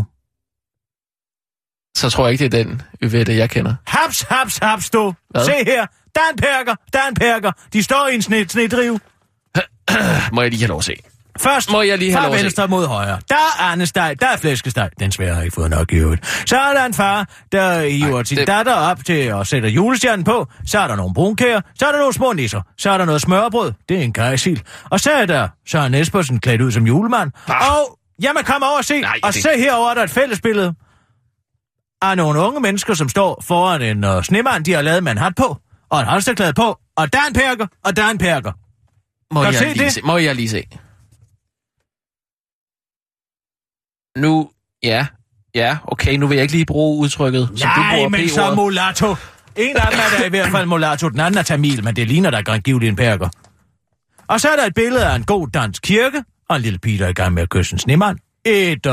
Så tror jeg ikke, det er den Yvette, jeg kender. Haps, du. Hvad? Se her. Der er en perker. De står i en snedrive. Må jeg lige have lov at se? Først fra venstre mod højre. Der er andesteg, der er flæskesteg. Den svære har ikke fået nok i øvrigt. Så er der en far, der hiver sin datter op til at sætte julestjernen på. Så er der nogle brunkager. Så er der nogle små nisser. Så er der noget smørbrød. Det er en kajsil. Og så er der Søren Espersen klædt ud som julemand. Og jamen, kom over og se. Se herovre, der er et fællesbillede af nogle unge mennesker, som står foran en snemand, de har lavet med en hat på. Og et halsterklæde på. Og der er en perker. Må jeg lige se? Nu, ja, okay, nu vil jeg ikke lige bruge udtrykket, som du bruger men så mulatto. En af dem er der i hvert fald mulatto, den anden er tamil, men det ligner der grangivligt en perker. Og så er der et billede af en god dansk kirke, og en lille pige, der er i gang med at kysse en snemand. Et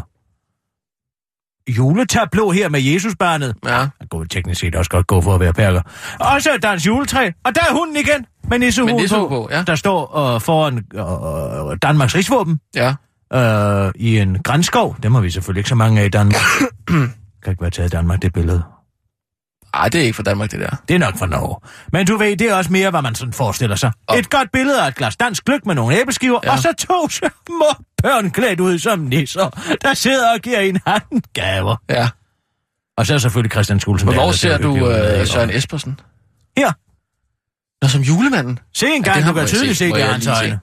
juletableau her med Jesusbarnet. Ja. Det går teknisk set også godt gå for at være perker. Og så er der et juletræ, og der er hunden igen med nissehue på, ja. Der står foran Danmarks rigsvåben. Ja. I en grænskov. Dem har vi selvfølgelig ikke så mange af i Danmark. Kan ikke være taget i Danmark, det billede. Ej, det er ikke fra Danmark, det der. Det er nok fra Norge. Men du ved, det er også mere, hvad man sådan forestiller sig. Et godt billede af et glas dansk gløgg med nogle æbleskiver, og så 2 små børn klædt ud som nisser, der sidder og giver en anden gaver. Ja. Og så er selvfølgelig Christian Schulzen. Hvornår ser du Søren Espersen? Her. Nå, som julemanden? Se en gang, du kan tydeligt se det i hans øjne.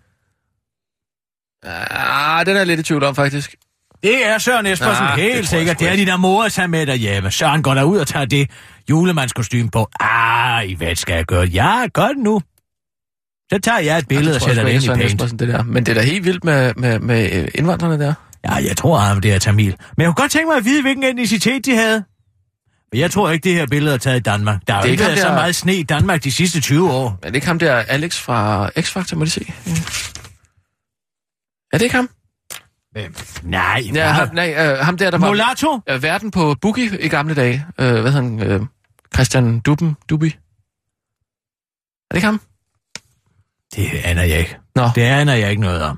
Den er lidt i tvivl om, faktisk. Det er Søren Espersen, helt sikkert. Det er de der mor sig med derhjemme. Søren går derud og tager det julemandskostyme på. Hvad skal jeg gøre? Ja, gør det nu. Så tager jeg et billede og sætter det ind i paint. Espersen, det der. Men det er da helt vildt med indvandrerne der. Ja, jeg tror, det er tamil. Men jeg kunne godt tænke mig at vide, hvilken etnicitet de havde. Men jeg tror ikke, det her billede er taget i Danmark. Der er jo ikke været så meget sne i Danmark de sidste 20 år. Men det er ikke ham der, Alex fra X-Factor, må de se. Er det ikke ham? Nej. Ja, ham der var... Mulatto? Verden på Boogie i gamle dage. Hvad hedder han? Christian Dubi? Er det ikke ham? Det aner jeg ikke. Nå. Det aner jeg ikke noget om.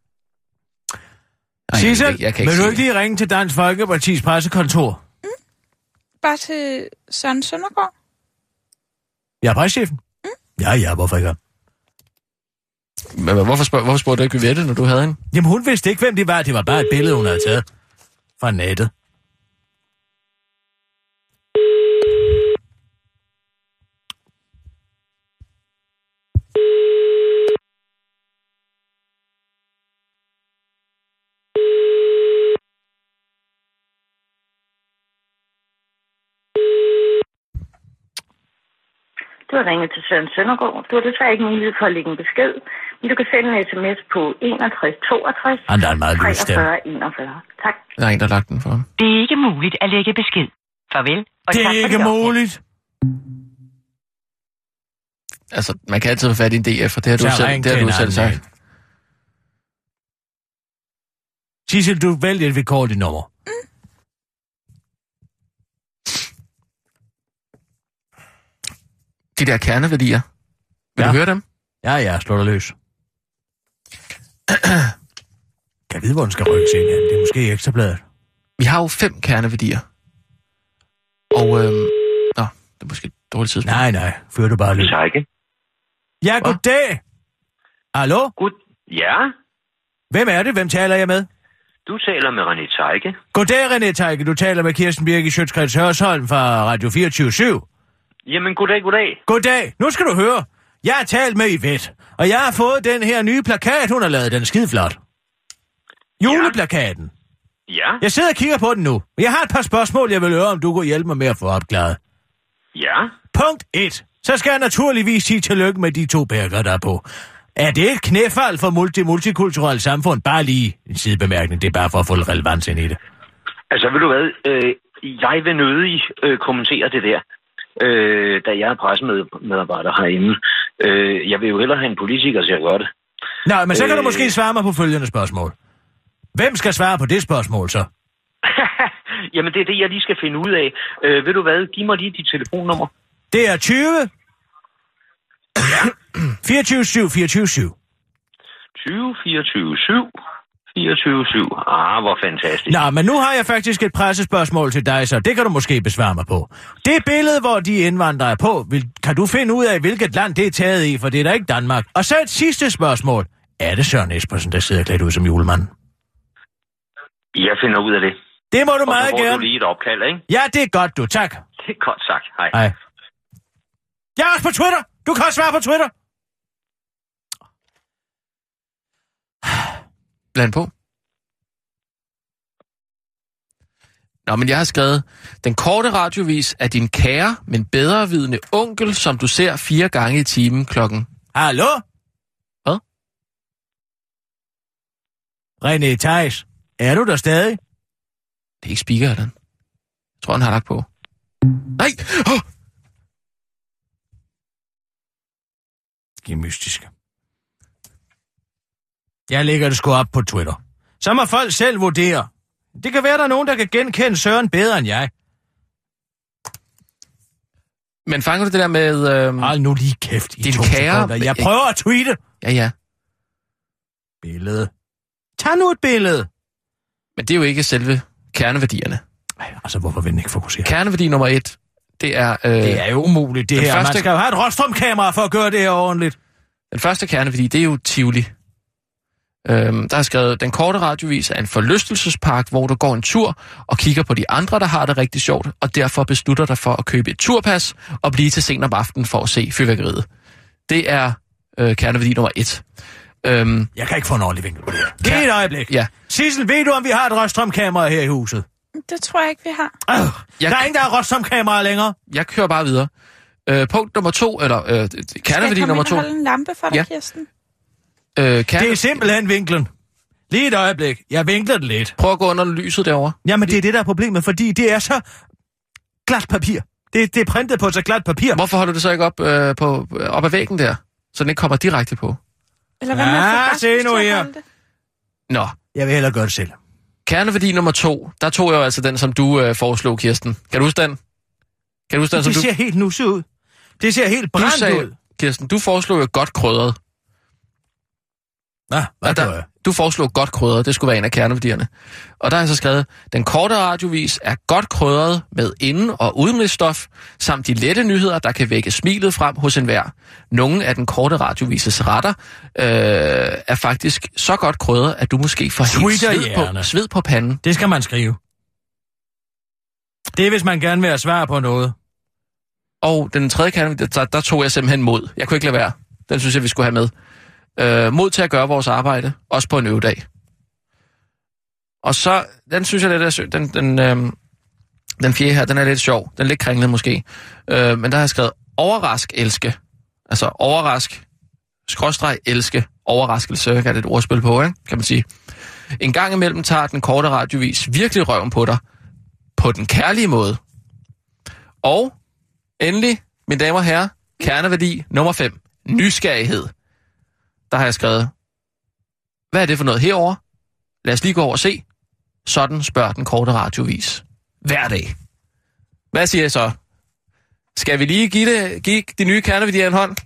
Sissel, vil du ikke lige ringe til Dansk Folkepartis pressekontor? Bare til Søren Søndergaard? Jeg er pressechefen. Ja, hvorfor ikke? Men hvorfor spurgte du ikke Vivette, når du havde hende? Jamen, hun vidste ikke, hvem det var. Det var bare et billede, hun havde taget fra nettet. Du har ringet til Søren Søndergaard. Du har desværre ikke mulighed for at lægge en besked, men du kan sende en sms på 61 62 43 41. Tak. Der er en, der har lagt den for ham. Det er ikke muligt at lægge besked. Farvel. Og det er ikke muligt. Altså, man kan altid få fat i en DF, og det har du selv sagt. Sissel, du vælger et vilkårligt nummer. De der kerneværdier. Vil du høre dem? Ja, slå dig løs. Kan jeg vide, hvor den skal rykkes ind? Det er måske Ekstrabladet. Vi har jo 5 kerneværdier. Og, det er måske et dårligt tidspunkt. Nej, fyr du bare løs. Ja, goddag. Hallo? Ja? Hvem er det? Hvem taler jeg med? Du taler med René Teike. Goddag, René Teike. Du taler med Kirsten Birgit Schøtz-Krets Hørsholm fra Radio 24/7. Jamen, goddag. Goddag. Nu skal du høre. Jeg har talt med Yvette, og jeg har fået den her nye plakat, hun har lavet. Den er skideflot. Juleplakaten. Ja. Jeg sidder og kigger på den nu. Jeg har et par spørgsmål, jeg vil høre, om du kunne hjælpe mig med at få opklaret. Ja. Punkt 1. Så skal jeg naturligvis sige tillykke med de 2 bærker, der er på. Er det et knæfald for multikulturelt samfund? Bare lige en sidebemærkning. Det er bare for at få relevans ind i det. Altså, ved du hvad? Jeg vil nødig kommentere det der. Da jeg er pressemedarbejder herinde. Jeg vil jo hellere have en politiker til at gøre det. Nej, men så kan du måske svare mig på følgende spørgsmål. Hvem skal svare på det spørgsmål så? Jamen, det er det, jeg lige skal finde ud af. Ved du hvad? Giv mig lige dit telefonnummer. Det er 20 24/7 24/7. 20 24/7 24/7. Hvor fantastisk. Nå, men nu har jeg faktisk et pressespørgsmål til dig, så det kan du måske besvare mig på. Det billede, hvor de indvandrere er på, kan du finde ud af, hvilket land det er taget i, for det er da ikke Danmark. Og så et sidste spørgsmål. Er det Søren Espersen, der sidder klædt ud som julemand? Jeg finder ud af det. Det må du meget gerne. Og så får du lige et opkald, ikke? Ja, det er godt, du. Tak. Det er godt sagt. Hej. Jeg er også på Twitter. Du kan også svare på Twitter. Bland på. Nå, men jeg har skrevet, den korte radiovis er din kære, men bedrevidende onkel, som du ser 4 gange i timen klokken. Hallo? Hvad? René Theis. Er du der stadig? Det er ikke speaker, den. Jeg tror, han har lagt på. Nej! Oh! Det er mystisk. Jeg lægger det sgu op på Twitter. Så må folk selv vurdere. Det kan være, der er nogen, der kan genkende Søren bedre end jeg. Men fanger du det der med... Hold nu lige kæft i din 2 sekunder. Jeg prøver at tweete. Ja. Billede. Tag nu et billede. Men det er jo ikke selve kerneværdierne. Altså, hvorfor vil den ikke fokusere? Kerneværdi nummer 1, det er... det er jo umuligt, det her. Man skal jo have et råstrømkamera for at gøre det her ordentligt. Den første kerneværdi, det er jo Tivoli. Der er skrevet, den korte radiovis er en forlystelsespark, hvor du går en tur og kigger på de andre, der har det rigtig sjovt, og derfor beslutter dig for at købe et turpas og blive til sent om aftenen for at se fyrværkeriet. Det er kerneværdi nummer 1. Jeg kan ikke få en ordentlig vinkel på det her. Giv et øjeblik. Ja. Sissel, ved du, om vi har et rørstrømkamera her i huset? Det tror jeg ikke, vi har. Der er ingen, der har rørstrømkamera længere. Jeg kører bare videre. Punkt nummer 2, eller kerneværdi nummer 2. Skal jeg holde en lampe for dig, Kirsten? Det er simpelthen vinklen. Lige et øjeblik. Jeg vinkler det lidt. Prøv at gå under lyset derovre. Jamen, det er det, der er problemet, fordi det er så glat papir. Det er printet på så glat papir. Hvorfor holder du så ikke op ad væggen der, så den ikke kommer direkte på? Eller hvad med se nu her. Nå. Jeg vil hellere gøre det selv. Kerneværdi nummer 2, der tog jeg jo altså den, som du foreslog, Kirsten. Kan du huske den? Det ser helt nusset ud. Det ser helt brændt ud. Kirsten, du foreslog jo godt krydret. Hvad gør jeg? Du foreslog godt krydret, det skulle være en af kerneværdierne. Og der har jeg så skrevet, den korte radiovis er godt krydret med inden- og udenrigsstof, samt de lette nyheder, der kan vække smilet frem hos enhver. Nogle af den korte radiovises retter er faktisk så godt krydret, at du måske får helt sved på panden. Det skal man skrive. Det er, hvis man gerne vil have svar på noget. Og den tredje kerneværdi, der tog jeg simpelthen mod. Jeg kunne ikke lade være. Den synes jeg, vi skulle have med. Mod til at gøre vores arbejde, også på en øvedag. Og så, den synes jeg, den fjerde her, den er lidt sjov. Den er lidt kringlet måske. Men der har jeg skrevet overrask elske. Altså overrask, skråstreg elske, overraskelse, kan det et ordspil på, ikke? Kan man sige. En gang imellem tager den korte radiovis virkelig røven på dig, på den kærlige måde. Og endelig, mine damer og herrer, kerneværdi nummer 5, nysgerrighed. Der har jeg skrevet, hvad er det for noget herover? Lad os lige gå over og se. Sådan spørger den korte radiovis. Hver dag. Hvad siger jeg så? Skal vi lige give de nye kerneværdier en hånd?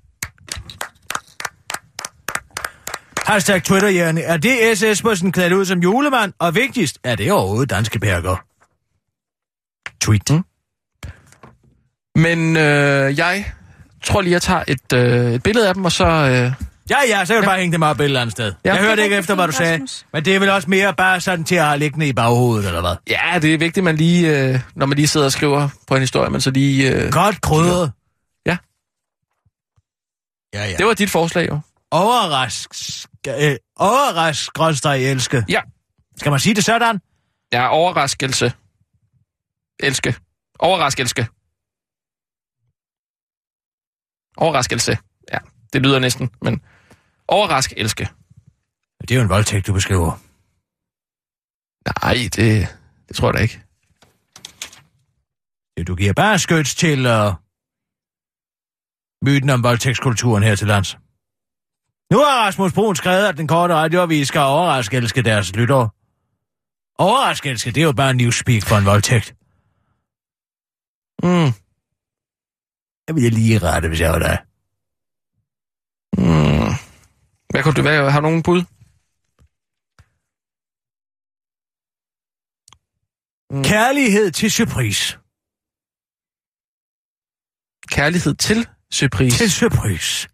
Hashtag Twitter-hjerne. Er det S. Espersen klædt ud som julemand? Og vigtigst, er det overhovedet danske bærker? Tweet. Men jeg tror lige, jeg tager et billede af dem, og så... Ja, så kan du bare hænge dem op et eller andet sted. Ja. Jeg hørte ikke efter, hvad du sagde. Men det er vel også mere bare sådan til at have liggende i baghovedet, eller hvad? Ja, det er vigtigt, at man lige, når man lige sidder og skriver på en historie, man så lige... Godt krydret. Ja. Ja. Det var dit forslag, jo. Elske. Ja. Skal man sige det sådan? Ja, overraskelse. Elske. Overraskelse. Overraskelse. Ja, det lyder næsten, men overrask-elske. Det er jo en voldtægt, du beskriver. Nej, det tror jeg da ikke. Du giver bare skøds til myten om voldtægtskulturen her til lands. Nu har Rasmus Bruun skrevet, at den korte radioavis skal overraske deres lyttere. Overraske, det er jo bare en newspeak for en voldtægt. Jeg vil lige rette, hvis jeg var dig. Hvad kunne du være? Har du nogen bud? Kærlighed til surprise. Kærlighed til surprise? Til surprise.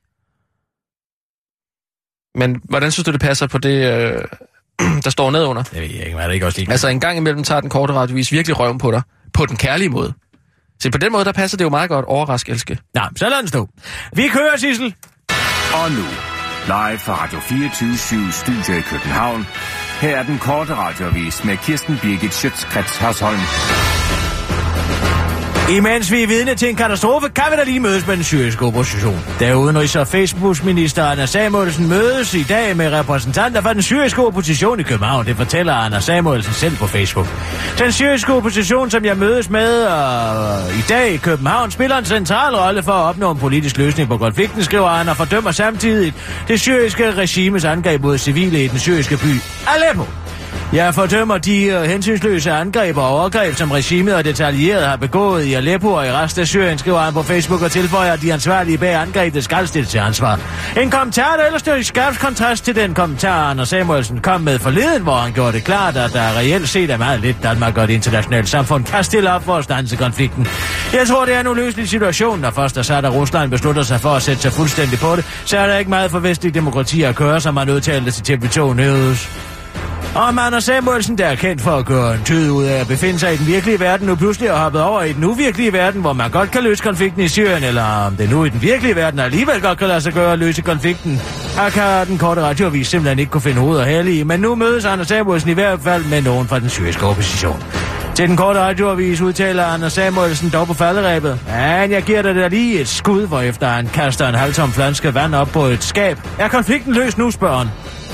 Men hvordan synes du, det passer på det, der står nedunder? Det ved jeg ikke, men er det ikke også lige? Altså en gang imellem tager den korte radiovis virkelig røven på dig. På den kærlige måde. Så på den måde, der passer det jo meget godt overrask elske. Nej, så lad den stå. Vi kører, Sissel. Og nu, live fra Radio 24/7 Studio i København. Her er den korte radioavis med Kirsten Birgit Schøtz-Krets Hørsholm. Imens vi er vidne til en katastrofe, kan vi da lige mødes med den syriske opposition. Da udenrigs- og Facebook-minister Anna Samuelsen mødes i dag med repræsentanter fra den syriske opposition i København. Det fortæller Anna Samuelsen selv på Facebook. Den syriske opposition, som jeg mødes med i dag i København, spiller en central rolle for at opnå en politisk løsning på konflikten, skriver han, og fordømmer samtidig det syriske regimes angreb mod civile i den syriske by Aleppo. Jeg fordømmer de hensynsløse angreb og overgreb, som regimet og detaljeret har begået i Aleppo og i resten af Syrien, skriver han på Facebook og tilføjer, at de ansvarlige bag angrebet skal stilles til ansvar. En kommentar, der ellers står i skarp kontrast til den kommentar, Anders Samuelsen kom med forleden, hvor han gjorde det klart, at der reelt set er meget lidt Danmark og det internationale samfund kan stille op for at standse konflikten. Jeg tror, det er en uløselig situation, når først Assad og Rusland beslutter sig for at sætte sig fuldstændig på det, så er der ikke meget for vestlige demokratier at køre, som man udtalte til TV2 News. Og Anders Samuelsen, der er kendt for at gøre en tyd ud af at befinde sig i den virkelige verden, nu pludselig har hoppet over i den uvirkelige verden, hvor man godt kan løse konflikten i Syrien, eller om det nu i den virkelige verden alligevel godt kan lade sig gøre at løse konflikten. Her kan den korte radioavis simpelthen ikke kunne finde hoved og hale i, men nu mødes Anders Samuelsen i hvert fald med nogen fra den syriske opposition. Til den korte radioavis udtaler Anders Samuelsen dog på falderæbet. Men jeg giver dig da lige et skud, hvorefter han kaster en halvtom flaske vand op på et skab. Er konflikten løst nu, spørger han.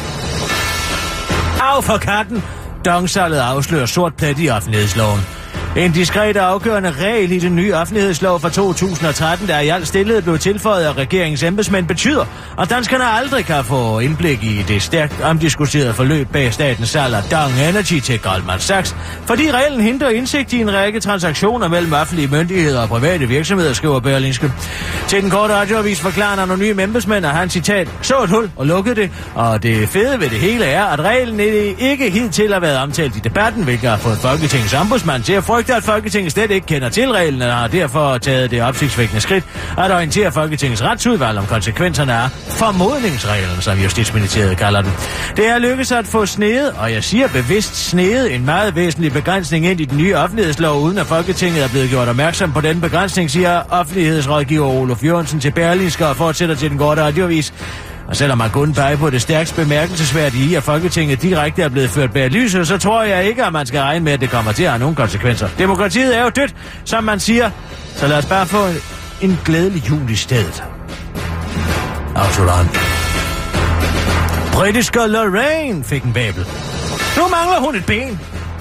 Af for katten! Dongsalget afslører sort plet i offentlighedsloven. En diskret og afgørende regel i den nye offentlighedslov fra 2013, der i al stilhed blev tilføjet af regeringens embedsmænd, betyder, at danskerne aldrig kan få indblik i det stærkt omdiskuterede forløb bag statens salg af Dong Energy til Goldman Sachs, fordi reglen hindrer indsigt i en række transaktioner mellem offentlige myndigheder og private virksomheder, skriver Berlingske. Til den korte radioavis forklarer en anonym embedsmænd, at han citat så et hul og lukkede det, og det fede ved det hele er, at reglen ikke hidtil har været omtalt i debatten, hvilket har fået Folketingets ombudsmand til at frygte, at Folketinget slet ikke kender til reglen, og har derfor taget det opsigtsvækkende skridt at orientere Folketingets retsudvalg om konsekvenserne af formodningsreglen, som Justitsministeriet kalder den. Det er lykkedes at få snedet, og jeg siger bevidst snedet, en meget væsentlig begrænsning ind i den nye offentlighedslov, uden at Folketinget er blevet gjort opmærksom på den begrænsning, siger offentlighedsrådgiver Olof Jørgensen til Berlingske og fortsætter til den korte radioavis. Og selvom man kun peger på det stærkst bemærkelsesværdige i, at Folketinget direkte er blevet ført bag lyset, så tror jeg ikke, at man skal regne med, at det kommer til at have nogle konsekvenser. Demokratiet er jo dødt, som man siger. Så lad os bare få en glædelig jul i stedet. Autoland. Britiske Lorraine fik en babel. Nu mangler hun et ben.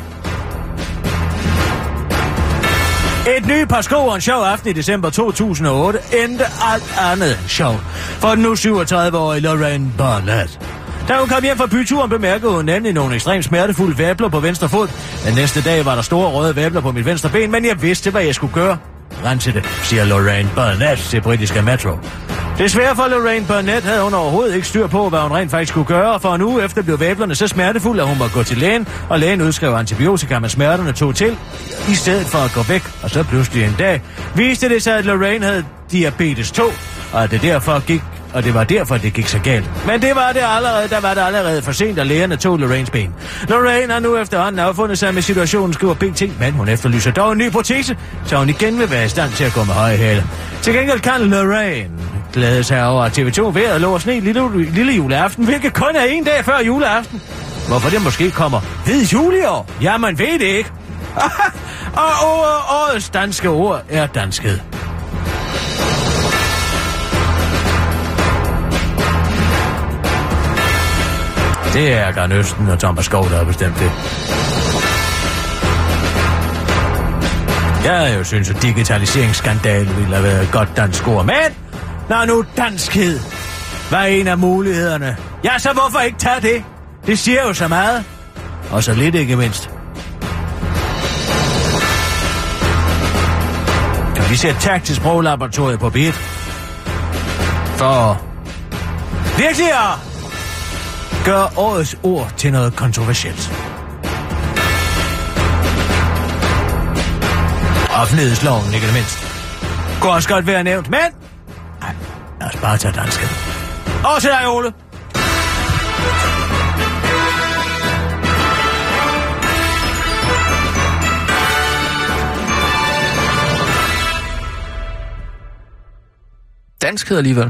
Et nyt par sko og en sjov aften i december 2008 endte alt andet end sjov for den nu 37-årige Lorraine Barnett. Da hun kom hjem fra byturen, bemærkede hun nemlig nogle ekstremt smertefulde væbler på venstre fod. Den næste dag var der store røde væbler på mit venstre ben, men jeg vidste, hvad jeg skulle gøre. Rense det, siger Lorraine Barnett til britiske Metro. Desværre for Lorraine Barnett havde hun overhovedet ikke styr på, hvad hun rent faktisk skulle gøre, og for en uge efter blev væblerne så smertefulde, at hun måtte gå til lægen, og lægen udskrev antibiotika, men smerterne tog til, i stedet for at gå væk. Og så pludselig en dag viste det sig, at Lorraine havde diabetes 2, og det var derfor, det gik så galt. Men der var det allerede for sent, at lægerne tog Lorraines ben. Lorraine har nu efterhånden affundet sig med situationen, skriver BT, men hun efterlyser dog en ny protese, så hun igen vil være i stand til at gå med høje hæle. Til gengæld kan Lorraine glæde sig over, at TV2 ved at love sne lille juleaften, hvilket kun er en dag før juleaften. Hvorfor det måske kommer hvid jul i år? Ja, man ved det ikke. Og årets danske ord er danskhed. Det er Garn Østen og Thomas Skov, der har bestemt det. Jeg jo synes, at digitaliseringsskandale ville have været et godt dansk ord. Men når nu danskhed var en af mulighederne, ja, så hvorfor ikke tage det? Det siger jo så meget. Og så lidt ikke mindst. Kan vi sætte tak til Sproglaboratoriet på B1? For virkelig at gøre årets ord til noget kontroversielt. Offentlighedsloven, ikke det mindst. Kunne også godt være nævnt, men nej, lad os bare tage dansken. Og til dig, Ole. Danskhed alligevel.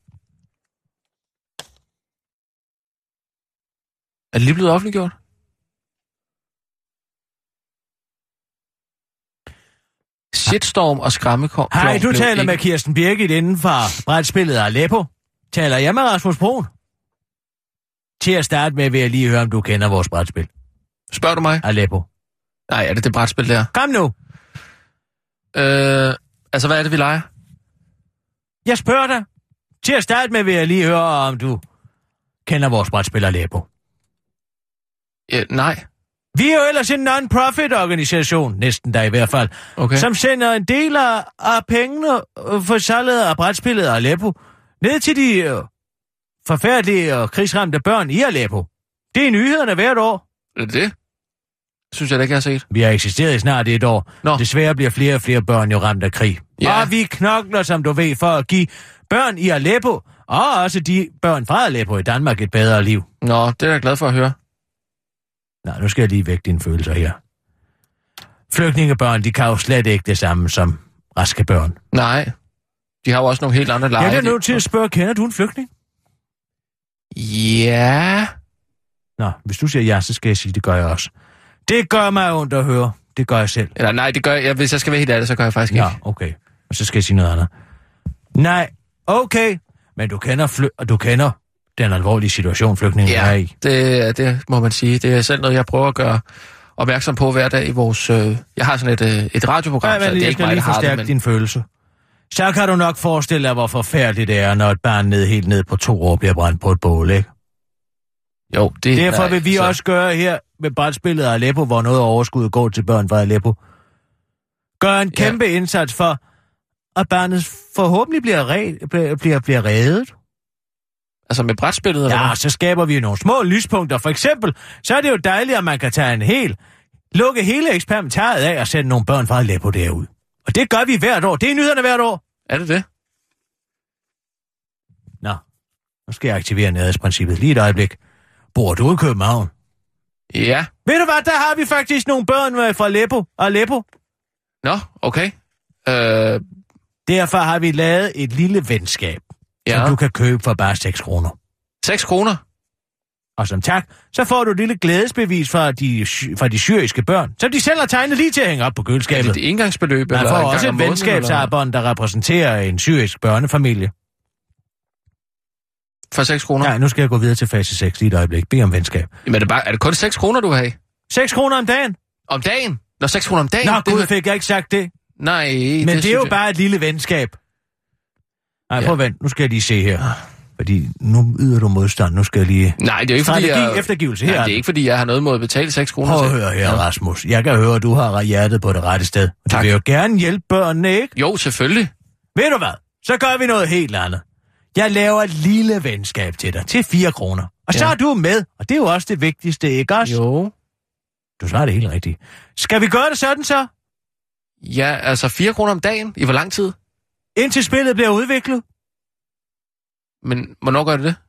Er det lige blevet offentliggjort? shitstorm og skræmmekår. Hej, du taler med Kirsten Birgit inden for brætspillet Aleppo. Taler jeg med Rasmus Brun? Til at starte med vil jeg lige høre, om du kender vores brætspil. Spørger du mig? Aleppo. Nej, er det brætspil der? Kom nu. Altså, hvad er det, vi leger? Jeg spørger dig. Til at starte med vil jeg lige høre, om du kender vores brætspil Aleppo. Nej. Vi er jo ellers en non-profit organisation, næsten da i hvert fald, okay, som sender en del af pengene for salget af brætspillet Aleppo ned til de forfærdelige og krigsramte børn i Aleppo. Det er nyhederne hvert år. Er det? Synes jeg da ikke, jeg har set. Vi har eksisteret i snart et år. Nå. Desværre bliver flere og flere børn jo ramt af krig. Ja. Og vi knokler, som du ved, for at give børn i Aleppo, og også de børn fra Aleppo i Danmark, et bedre liv. Nå, det er jeg glad for at høre. Nej, nu skal jeg lige vække dine følelser her. Flygtningebørn, de kan jo slet ikke det samme som raske børn. Nej, de har jo også nogle helt andre lege. Jeg er nødt til at spørge, kender du en flygtning? Ja. Nå, hvis du siger ja, så skal jeg sige, det gør jeg også. Det gør mig ondt at høre. Det gør jeg selv. Eller nej, det gør jeg. Hvis jeg skal være helt ærlig, så gør jeg faktisk ikke. Ja, okay. Og så skal jeg sige noget andet. Nej, okay. Men du kender den alvorlige situation, flygtningen er i. Det må man sige. Det er selv noget, jeg prøver at gøre opmærksom på hver dag i vores... Jeg har sådan et radioprogram, så det er ikke mig, der har det. Men... din følelse. Så kan du nok forestille dig, hvor forfærdeligt det er, når et barn helt ned på 2 år bliver brændt på et bål, ikke? Jo, det... Derfor vil vi også gøre her med brætspillet af Aleppo, hvor noget overskud går til børn fra Aleppo. Gør en kæmpe indsats for, at barnet forhåbentlig bliver reddet. Altså med brætspillet? Eller ja, så skaber vi nogle små lyspunkter. For eksempel, så er det jo dejligt, at man kan tage lukke hele eksperimentaret af og sende nogle børn fra Aleppo derud. Og det gør vi hvert år. Det er nyhederne hvert år. Er det det? Nå, nu skal jeg aktivere nærhedsprincippet. Lige et øjeblik. Bor du i København? Ja. Ved du hvad, der har vi faktisk nogle børn fra Aleppo. Nå, okay. Derfor har vi lavet et lille venskab, som du kan købe for bare 6 kroner. 6 kroner? Og som tak, så får du et lille glædesbevis fra de syriske børn, som de selv har tegnet lige til at hænge op på køleskabet. Er det et engangsbeløb? Man får også et venskabsarbejde, der repræsenterer en syrisk børnefamilie. For 6 kroner? Nej, nu skal jeg gå videre til fase 6 lige et øjeblik. Bed om venskab. Jamen er det kun 6 kroner, du vil have? 6 kroner om dagen? Om dagen? Nå, 6 kroner om dagen? Nå, gud, fik jeg ikke sagt det. Nej, men det er jo bare et lille venskab. Nej, prøv at vent. Nu skal jeg lige se her. Fordi nu yder du modstand. Nu skal jeg lige... Nej, det er jo ikke fordi, eftergivelse her. Nej, det er ikke fordi, jeg har noget mod at betale 6 kroner. Prøv at høre her, Rasmus. Jeg kan høre, at du har hjertet på det rette sted. Du vil jo gerne hjælpe børnene, ikke? Jo, selvfølgelig. Ved du hvad? Så gør vi noget helt andet. Jeg laver et lille venskab til dig. Til 4 kroner. Og så er du med. Og det er jo også det vigtigste, ikke også? Jo. Du svarer det helt rigtigt. Skal vi gøre det sådan så? Ja, altså 4 kroner om dagen. I hvor lang tid? Indtil spillet bliver udviklet. Men hvornår gør det?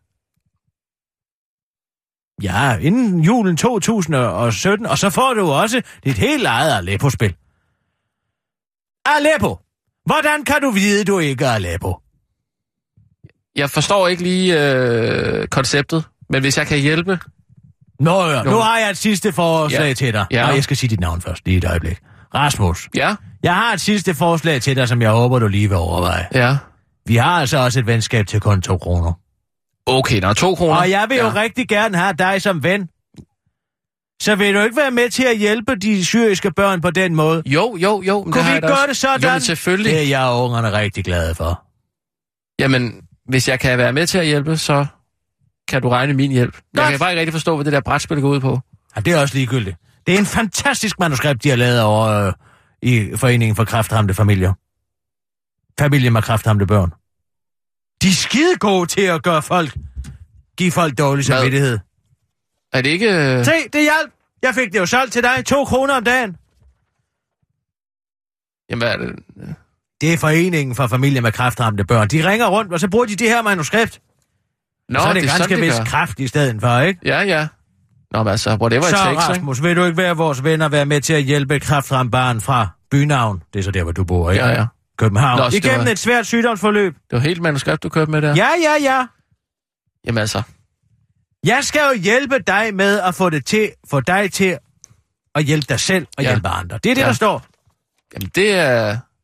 Ja, inden julen 2017, og så får du også dit helt eget Aleppo-spil. Aleppo! Hvordan kan du vide, du ikke er Aleppo? Jeg forstår ikke lige konceptet, men hvis jeg kan hjælpe... Nå ja, nu har jeg et sidste forslag til dig. Ja. Og jeg skal sige dit navn først, lige et øjeblik. Rasmus. Ja? Jeg har et sidste forslag til dig, som jeg håber, du lige vil overveje. Ja. Vi har altså også et venskab til kun 2 kroner. Okay, der er 2 kroner. Og jeg vil jo rigtig gerne have dig som ven. Så vil du ikke være med til at hjælpe de syriske børn på den måde? Jo. Kunne vi ikke gøre det sådan? Jo, selvfølgelig. Det er jeg og ungerne rigtig glade for. Jamen, hvis jeg kan være med til at hjælpe, så kan du regne min hjælp. Godt. Jeg kan bare ikke rigtig forstå, hvad det der brætspil går ud på. Ja, det er også ligegyldigt. Det er en fantastisk manuskript, de har lavet over i Foreningen for Kræftramte Familier. Familie med kræftramte børn. De er skide gode til at give folk dårlig samvittighed. Er det ikke... Se, det hjalp. Jeg fik det jo solgt til dig. 2 kroner om dagen. Jamen, hvad er det? Det er Foreningen for Familie med Kræftramte Børn. De ringer rundt, og så bruger de det her manuskript. Nå, så er det ganske vist kræft i stedet for, ikke? Ja. Nå, men altså, whatever it takes, så Rasmus, vil du ikke være vores venner være med til at hjælpe et kræftramt barn fra Bynavn? Det er så der, hvor du bor, ikke? Ja. København. Nå, igennem et svært sygdomsforløb. Det var helt manuskript, du kørte med der? Ja. Jamen altså. Jeg skal jo hjælpe dig med at få dig til at hjælpe dig selv og hjælpe andre. Det er det, der står. Jamen, det er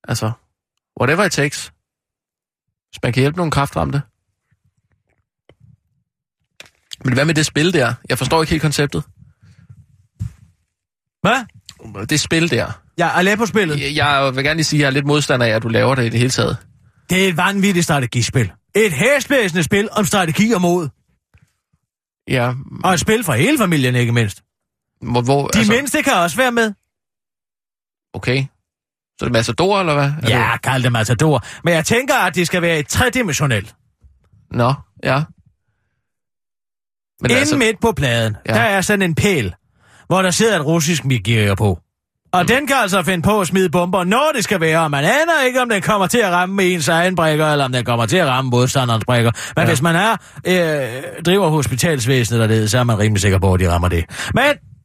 Altså, whatever it takes. Hvis man kan hjælpe nogle kræftramte. Men hvad med det spil der? Jeg forstår ikke helt konceptet. Hvad? Det spil der. Ja, Aleppo-spillet. Jeg vil gerne lige sige, at jeg er lidt modstander af, at du laver det i det hele taget. Det er et vanvittigt strategispil. Et hæsblæsende spil om strategi og mod. Ja. Og et spil for hele familien, ikke mindst. De mindste kan også være med. Okay. Så er det Matador, eller hvad? Ja, kald det Matador. Men jeg tænker, at det skal være et tredimensionelt. Nå, ja. Men inden midt på pladen, der er sådan en pæl, hvor der sidder et russisk migier på. Og den kan altså finde på at smide bomber, når det skal være. Og man aner ikke, om den kommer til at ramme med ens egen brækker, eller om den kommer til at ramme modstanderens brækker. Men hvis man driver hospitalsvæsenet dernede, så er man rimelig sikker på, at de rammer det. Men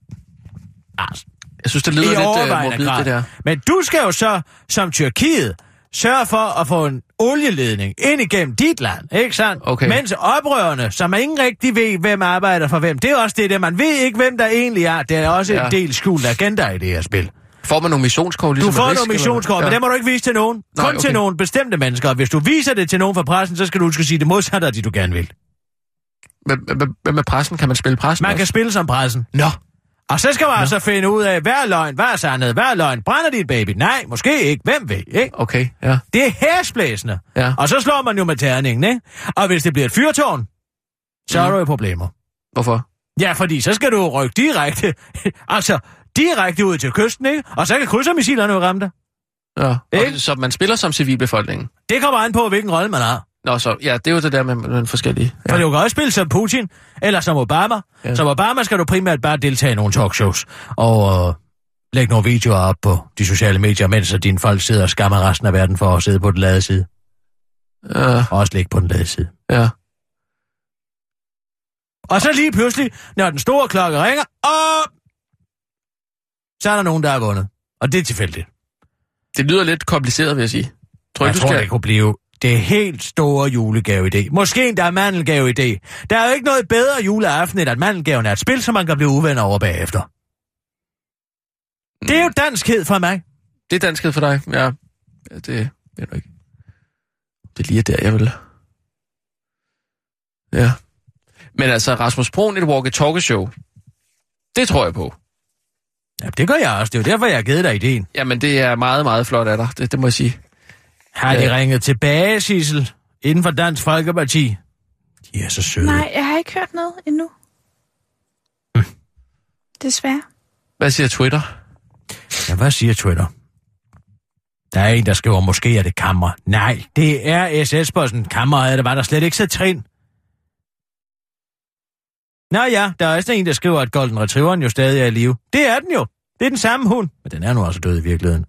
jeg synes, det lyder lidt mobilt, det der. Men du skal jo så, som Tyrkiet, sørge for at få en olieledning ind igennem dit land, ikke sandt? Okay. Mens oprørerne, som man ikke rigtig ved, hvem arbejder for hvem, det er også det, man ved ikke, hvem der egentlig er. Det er også en del skjult agenda i det her spil. Får man nogle missionskort? Ligesom du får nogle missionskort, men det må du ikke vise til nogen. Kun til nogle bestemte mennesker. Og hvis du viser det til nogen fra pressen, så skal du huske at sige det modsatte af det, du gerne vil. Hvad med pressen? Kan man spille pressen? Man kan spille som pressen. Nå. Og så skal man altså finde ud af, hvad er løgn, hvad er sandhed, hvad er løgn, brænder dit baby? Nej, måske ikke. Hvem ved, ikke? Okay, ja. Det er hæsblæsende. Ja. Og så slår man jo med terningen, ikke? Og hvis det bliver et fyrtårn, så er du i problemer. Hvorfor? Ja, fordi så skal du rykke direkte ud til kysten, ikke? Og så kan krydsermissilerne jo ramme dig. Ja, okay, så man spiller som civilbefolkningen? Det kommer an på, hvilken rolle man har. Nå, så ja, det er jo det der med forskellige. Ja. For du kan også spille som Putin, eller som Obama. Ja. Som Obama skal du primært bare deltage i nogle talkshows, og lægge nogle videoer op på de sociale medier, mens dine folk sidder og skammer resten af verden for at sidde på den lade side. Ja. Og også ligge på den lade side. Ja. Og så lige pludselig, når den store klokke ringer, så er der nogen, der er vundet. Og det er tilfældigt. Det lyder lidt kompliceret, vil jeg sige. Jeg tror, det kunne blive det helt store julegave-idé. Måske endda en mandelgave-idé. Der er jo ikke noget bedre juleaften, end at mandelgaven er et spil, som man kan blive uvenner over bagefter. Det er jo danskhed for mig. Det er danskhed for dig, ja. Det ved du ikke. Det er lige der, jeg vil. Ja. Men altså, Rasmus Broen i et walkie-talkie-show, det tror jeg på. Ja, det gør jeg også. Det er jo derfor, jeg har givet dig ideen. Jamen, det er meget, meget flot af dig. Det må jeg sige. Har de ringet tilbage, Sissel, inden for Dansk Folkeparti? De er så søde. Nej, jeg har ikke hørt noget endnu. Desværre. Hvad siger Twitter? Ja, hvad siger Twitter? Der er en, der skriver, måske er det Kammer. Nej, det er SS-bossen. Kammer, det var der slet ikke så trin. Nå ja, der er også en, der skriver, at Golden Retrieveren jo stadig er i live. Det er den jo. Det er den samme hund. Men den er nu også død i virkeligheden.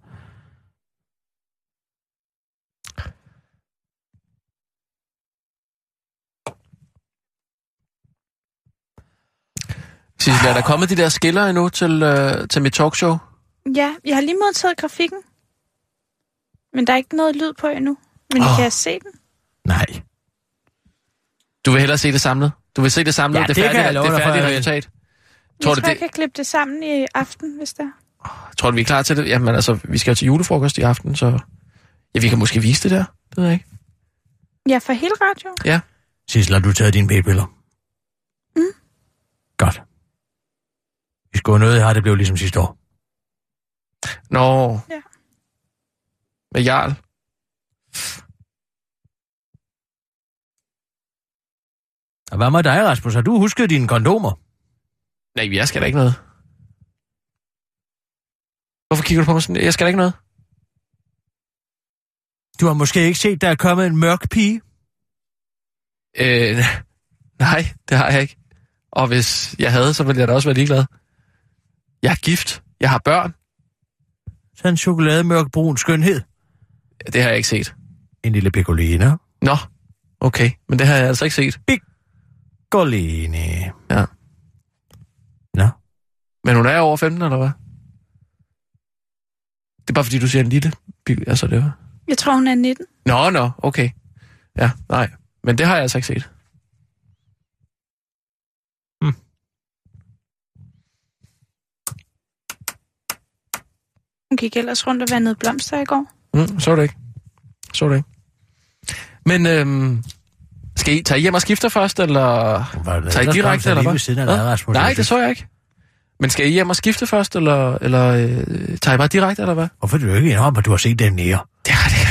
Sissel, er der kommet de der skiller endnu til mit talkshow? Ja, jeg har lige modtaget grafikken. Men der er ikke noget lyd på endnu. Men kan jeg se den? Nej. Du vil hellere se det samlet? Du vil se det samlet? Ja, det færdige resultat? Jeg kan klippe det sammen i aften, hvis der. Tror du, vi er klar til det? Jamen altså, vi skal jo til julefrokost i aften, så... Ja, vi kan måske vise det der. Det ved jeg ikke. Ja, for hele radioen? Ja. Sissel, har du taget dine p-piller? Godt. Vi skulle noget her, det blev ligesom sidste år. Nå. Ja. Med Jarl. Og hvad med dig, Rasmus? Har du husket dine kondomer? Nej, jeg skal da ikke noget. Hvorfor kigger du på mig sådan? Jeg skal da ikke noget. Du har måske ikke set, der er kommet en mørk pige? Nej, det har jeg ikke. Og hvis jeg havde, så ville jeg da også være ligeglad. Jeg er gift. Jeg har børn. Så en chokolademørk brun skønhed. Det har jeg ikke set. En lille piccolina. Nå, okay. Men det har jeg altså ikke set. Piccolini. Ja. Nå. Men hun er over 15, eller hvad? Det er bare fordi, du siger en lille... Altså, det var... Jeg tror, hun er 19. Nå, okay. Ja, nej. Men det har jeg altså ikke set. Hun gik ellers rundt og vandede blomster i går. Så det ikke. Men tager I hjem og skifter først, eller tager I direkte, eller hvad? Nej, det så jeg ikke. Men skal I hjem og skifte først, eller tager I bare direkte, eller hvad? Hvorfor er du ikke indrømme, at du har set dem nære? Det har det